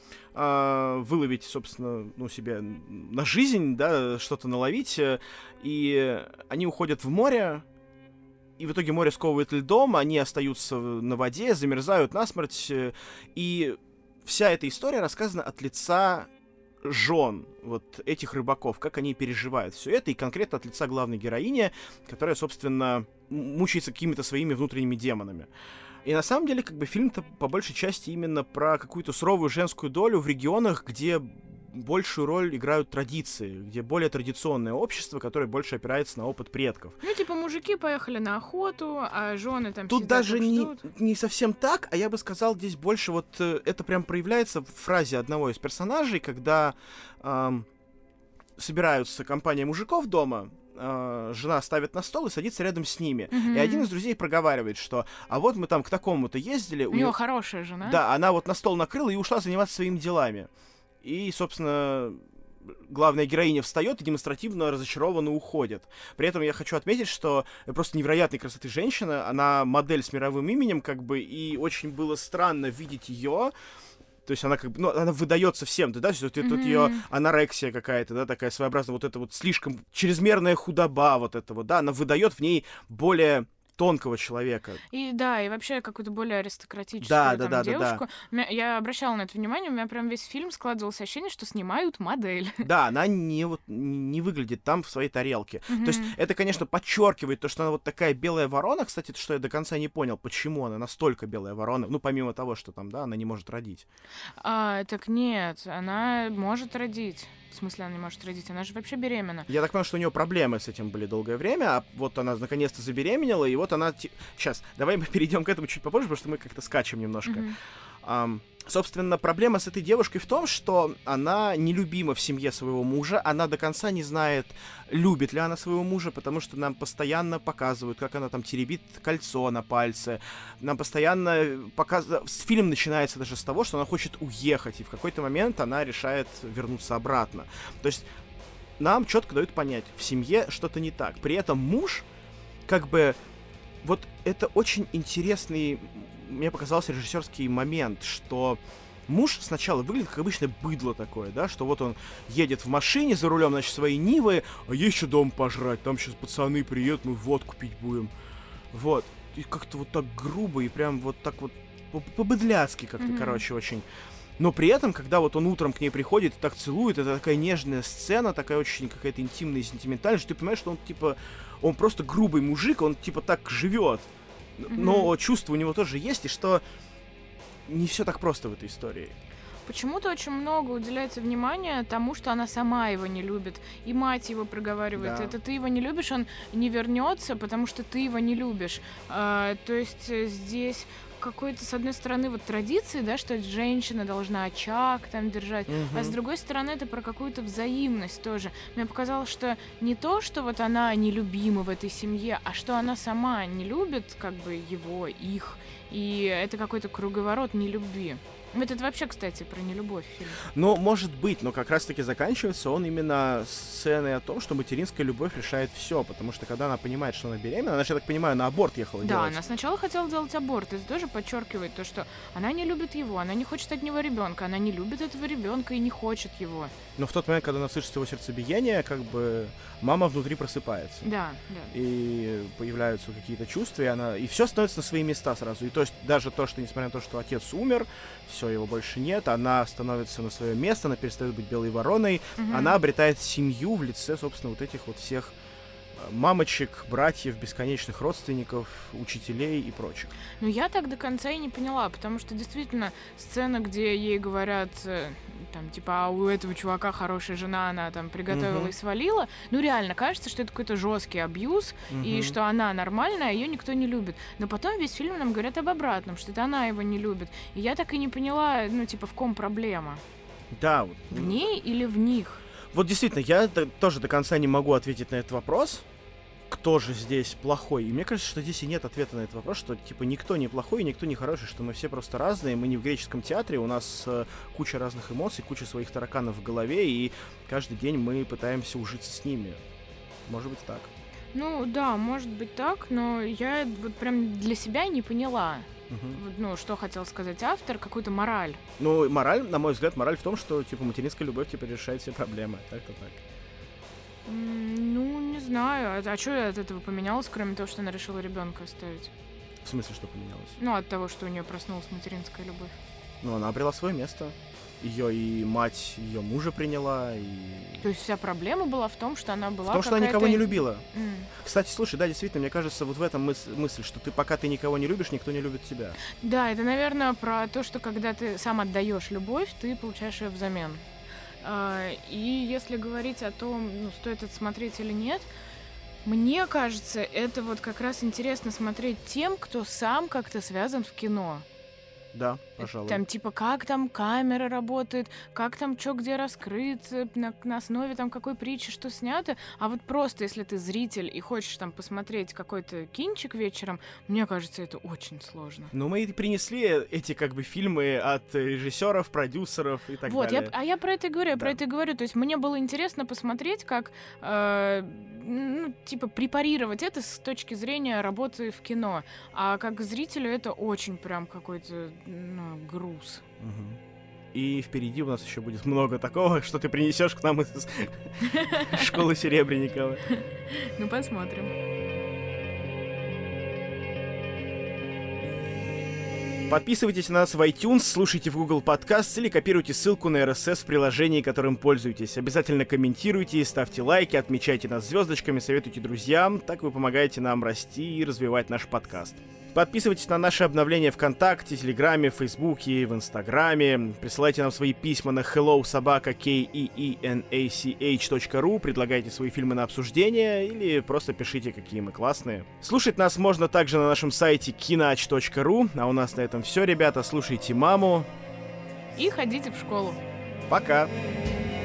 а, выловить, собственно, ну, себе на жизнь, да, что-то наловить, э, и они уходят в море, и в итоге море сковывает льдом, они остаются на воде, замерзают насмерть, э, и вся эта история рассказана от лица жен вот этих рыбаков, как они переживают все это, и конкретно от лица главной героини, которая, собственно, м- мучается какими-то своими внутренними демонами. И на самом деле, как бы, фильм-то по большей части именно про какую-то суровую женскую долю в регионах, где большую роль играют традиции, где более традиционное общество, которое больше опирается на опыт предков. Ну, типа, мужики поехали на охоту, а жены там Тут сидят, даже их не, ждут. не совсем так, а я бы сказал, здесь больше вот э, это прям проявляется в фразе одного из персонажей, когда ам, собираются компания мужиков дома, э, жена ставит на стол и садится рядом с ними. Мгм. И один из друзей проговаривает, что а вот мы там к такому-то ездили. У него хорошая жена. Да, она вот на стол накрыла и ушла заниматься своими делами. И, собственно, главная героиня встает и демонстративно разочарованно уходит. При этом я хочу отметить, что просто невероятной красоты женщина, она модель с мировым именем, как бы, и очень было странно видеть ее То есть она как бы, ну, она выдается всем, да, то есть mm-hmm. тут ее анорексия какая-то, да, такая своеобразная, вот это вот слишком чрезмерная худоба вот этого, да, она выдает в ней более тонкого человека. И да, и вообще какую-то более аристократическую да, там, да, да, девушку. Да, да. Я обращала на это внимание, у меня прям весь фильм складывалось ощущение, что снимают модель. Да, она не, вот, не выглядит там в своей тарелке. Mm-hmm. То есть это, конечно, подчеркивает то, что она вот такая белая ворона, кстати, что я до конца не понял, почему она настолько белая ворона, ну, помимо того, что там, да, она не может родить. А, так нет, она может родить. В смысле, она не может родить? Она же вообще беременна. Я так понял, что у нее проблемы с этим были долгое время, а вот она наконец-то забеременела, и вот она... Сейчас, давай мы перейдем к этому чуть попозже, потому что мы как-то скачем немножко. Mm-hmm. Um, собственно, проблема с этой девушкой в том, что она нелюбима в семье своего мужа, она до конца не знает, любит ли она своего мужа, потому что нам постоянно показывают, как она там теребит кольцо на пальце, нам постоянно показывают... Фильм начинается даже с того, что она хочет уехать, и в какой-то момент она решает вернуться обратно. То есть нам четко дают понять, в семье что-то не так. При этом муж, как бы, вот это очень интересный... Мне показался режиссерский момент, что муж сначала выглядит как обычное быдло такое, да, что вот он едет в машине за рулем, значит, своей Нивы, а есть еще дом пожрать, там сейчас пацаны приедут, мы водку пить будем. Вот. И как-то вот так грубо и прям вот так вот по-быдляцки как-то, mm-hmm. короче, очень. Но при этом, когда вот он утром к ней приходит и так целует, это такая нежная сцена, такая очень какая-то интимная и сентиментальная, что ты понимаешь, что он, типа, он просто грубый мужик, он, типа, так живет. Но mm-hmm. чувство у него тоже есть, и что не все так просто в этой истории. Почему-то очень много уделяется внимания тому, что она сама его не любит. И мать его проговаривает, да. Это ты его не любишь, он не вернется, потому что ты его не любишь. А, то есть здесь какой-то, с одной стороны, вот традиции, да, что женщина должна очаг там держать, угу. а с другой стороны, это про какую-то взаимность тоже. Мне показалось, что не то, что вот она нелюбима в этой семье, а что она сама не любит, как бы, его, их, и это какой-то круговорот нелюбви. Вот это вообще, кстати, про нелюбовь фильм. Ну, может быть, но как раз-таки заканчивается он именно сценой о том, что материнская любовь решает все, потому что когда она понимает, что она беременна, она же, я так понимаю, на аборт ехала да, делать. Да, она сначала хотела делать аборт, это тоже подчеркивает то, что она не любит его, она не хочет от него ребенка, она не любит этого ребенка и не хочет его. Но в тот момент, когда она слышит его сердцебиение, как бы мама внутри просыпается. Да, да. И появляются какие-то чувства, и она и все становится на свои места сразу. И то есть даже то, что несмотря на то, что отец умер, все, его больше нет, она становится на свое место, она перестает быть белой вороной, угу. она обретает семью в лице, собственно, вот этих вот всех мамочек, братьев, бесконечных родственников, учителей и прочих. Ну, я так до конца и не поняла, потому что действительно сцена, где ей говорят, там, типа, а у этого чувака хорошая жена, она там приготовила угу. и свалила, ну, реально, кажется, что это какой-то жесткий абьюз, угу. и что она нормальная, а ее никто не любит. Но потом весь фильм нам говорят об обратном, что это она его не любит. И я так и не поняла, ну, типа, в ком проблема? Да. Вот. В ней или в них? Вот действительно, я тоже до конца не могу ответить на этот вопрос, кто же здесь плохой. И мне кажется, что здесь и нет ответа на этот вопрос, что типа никто не плохой и никто не хороший, что мы все просто разные, мы не в греческом театре, у нас э, куча разных эмоций, куча своих тараканов в голове, и каждый день мы пытаемся ужиться с ними. Может быть так. Ну да, может быть так, но я вот прям для себя не поняла. Uh-huh. Ну, что хотел сказать автор, какую-то мораль. Ну, мораль, на мой взгляд, мораль в том, что, типа, материнская любовь, типа, решает все проблемы. Так-то так. Mm, ну, не знаю. А, а что от этого поменялось, кроме того, что она решила ребенка оставить? В смысле, что поменялось? Ну, от того, что у нее проснулась материнская любовь. Ну, она обрела свое место. Ее и мать ее мужа приняла, и... То есть вся проблема была в том, что она была В том, что она никого не любила. Mm. Кстати, слушай, да, действительно, мне кажется, вот в этом мыс- мысль, что ты пока ты никого не любишь, никто не любит тебя. Да, это, наверное, про то, что когда ты сам отдаешь любовь, ты получаешь ее взамен. И если говорить о том, ну, стоит это смотреть или нет, мне кажется, это вот как раз интересно смотреть тем, кто сам как-то связан в кино. Да, пожалуй. Там типа как там камера работает, как там что где раскрыт, на, на основе там какой притчи что снято. А вот просто если ты зритель и хочешь там посмотреть какой-то кинчик вечером, мне кажется, это очень сложно. Ну мы и принесли эти как бы фильмы от режиссеров, продюсеров и так вот, далее. Вот, а я про это и говорю, я да. про это и говорю. То есть мне было интересно посмотреть, как э, ну, типа препарировать это с точки зрения работы в кино. А как зрителю это очень прям какой-то ну, груз. Угу. и впереди у нас еще будет много такого, что ты принесешь к нам из школы Серебренникова. Ну, посмотрим. Подписывайтесь на нас в iTunes, слушайте в Google Podcasts или копируйте ссылку на эр эс эс в приложении, которым пользуетесь. Обязательно комментируйте, ставьте лайки, отмечайте нас звездочками, советуйте друзьям. Так вы помогаете нам расти и развивать наш подкаст. Подписывайтесь на наши обновления ВКонтакте, Телеграме, Фейсбуке, в Инстаграме. Присылайте нам свои письма на hello собака кeenach точка ру, предлагайте свои фильмы на обсуждение или просто пишите, какие мы классные. Слушать нас можно также на нашем сайте кинач точка ру. А у нас на этом все, ребята. Слушайте маму. И ходите в школу. Пока.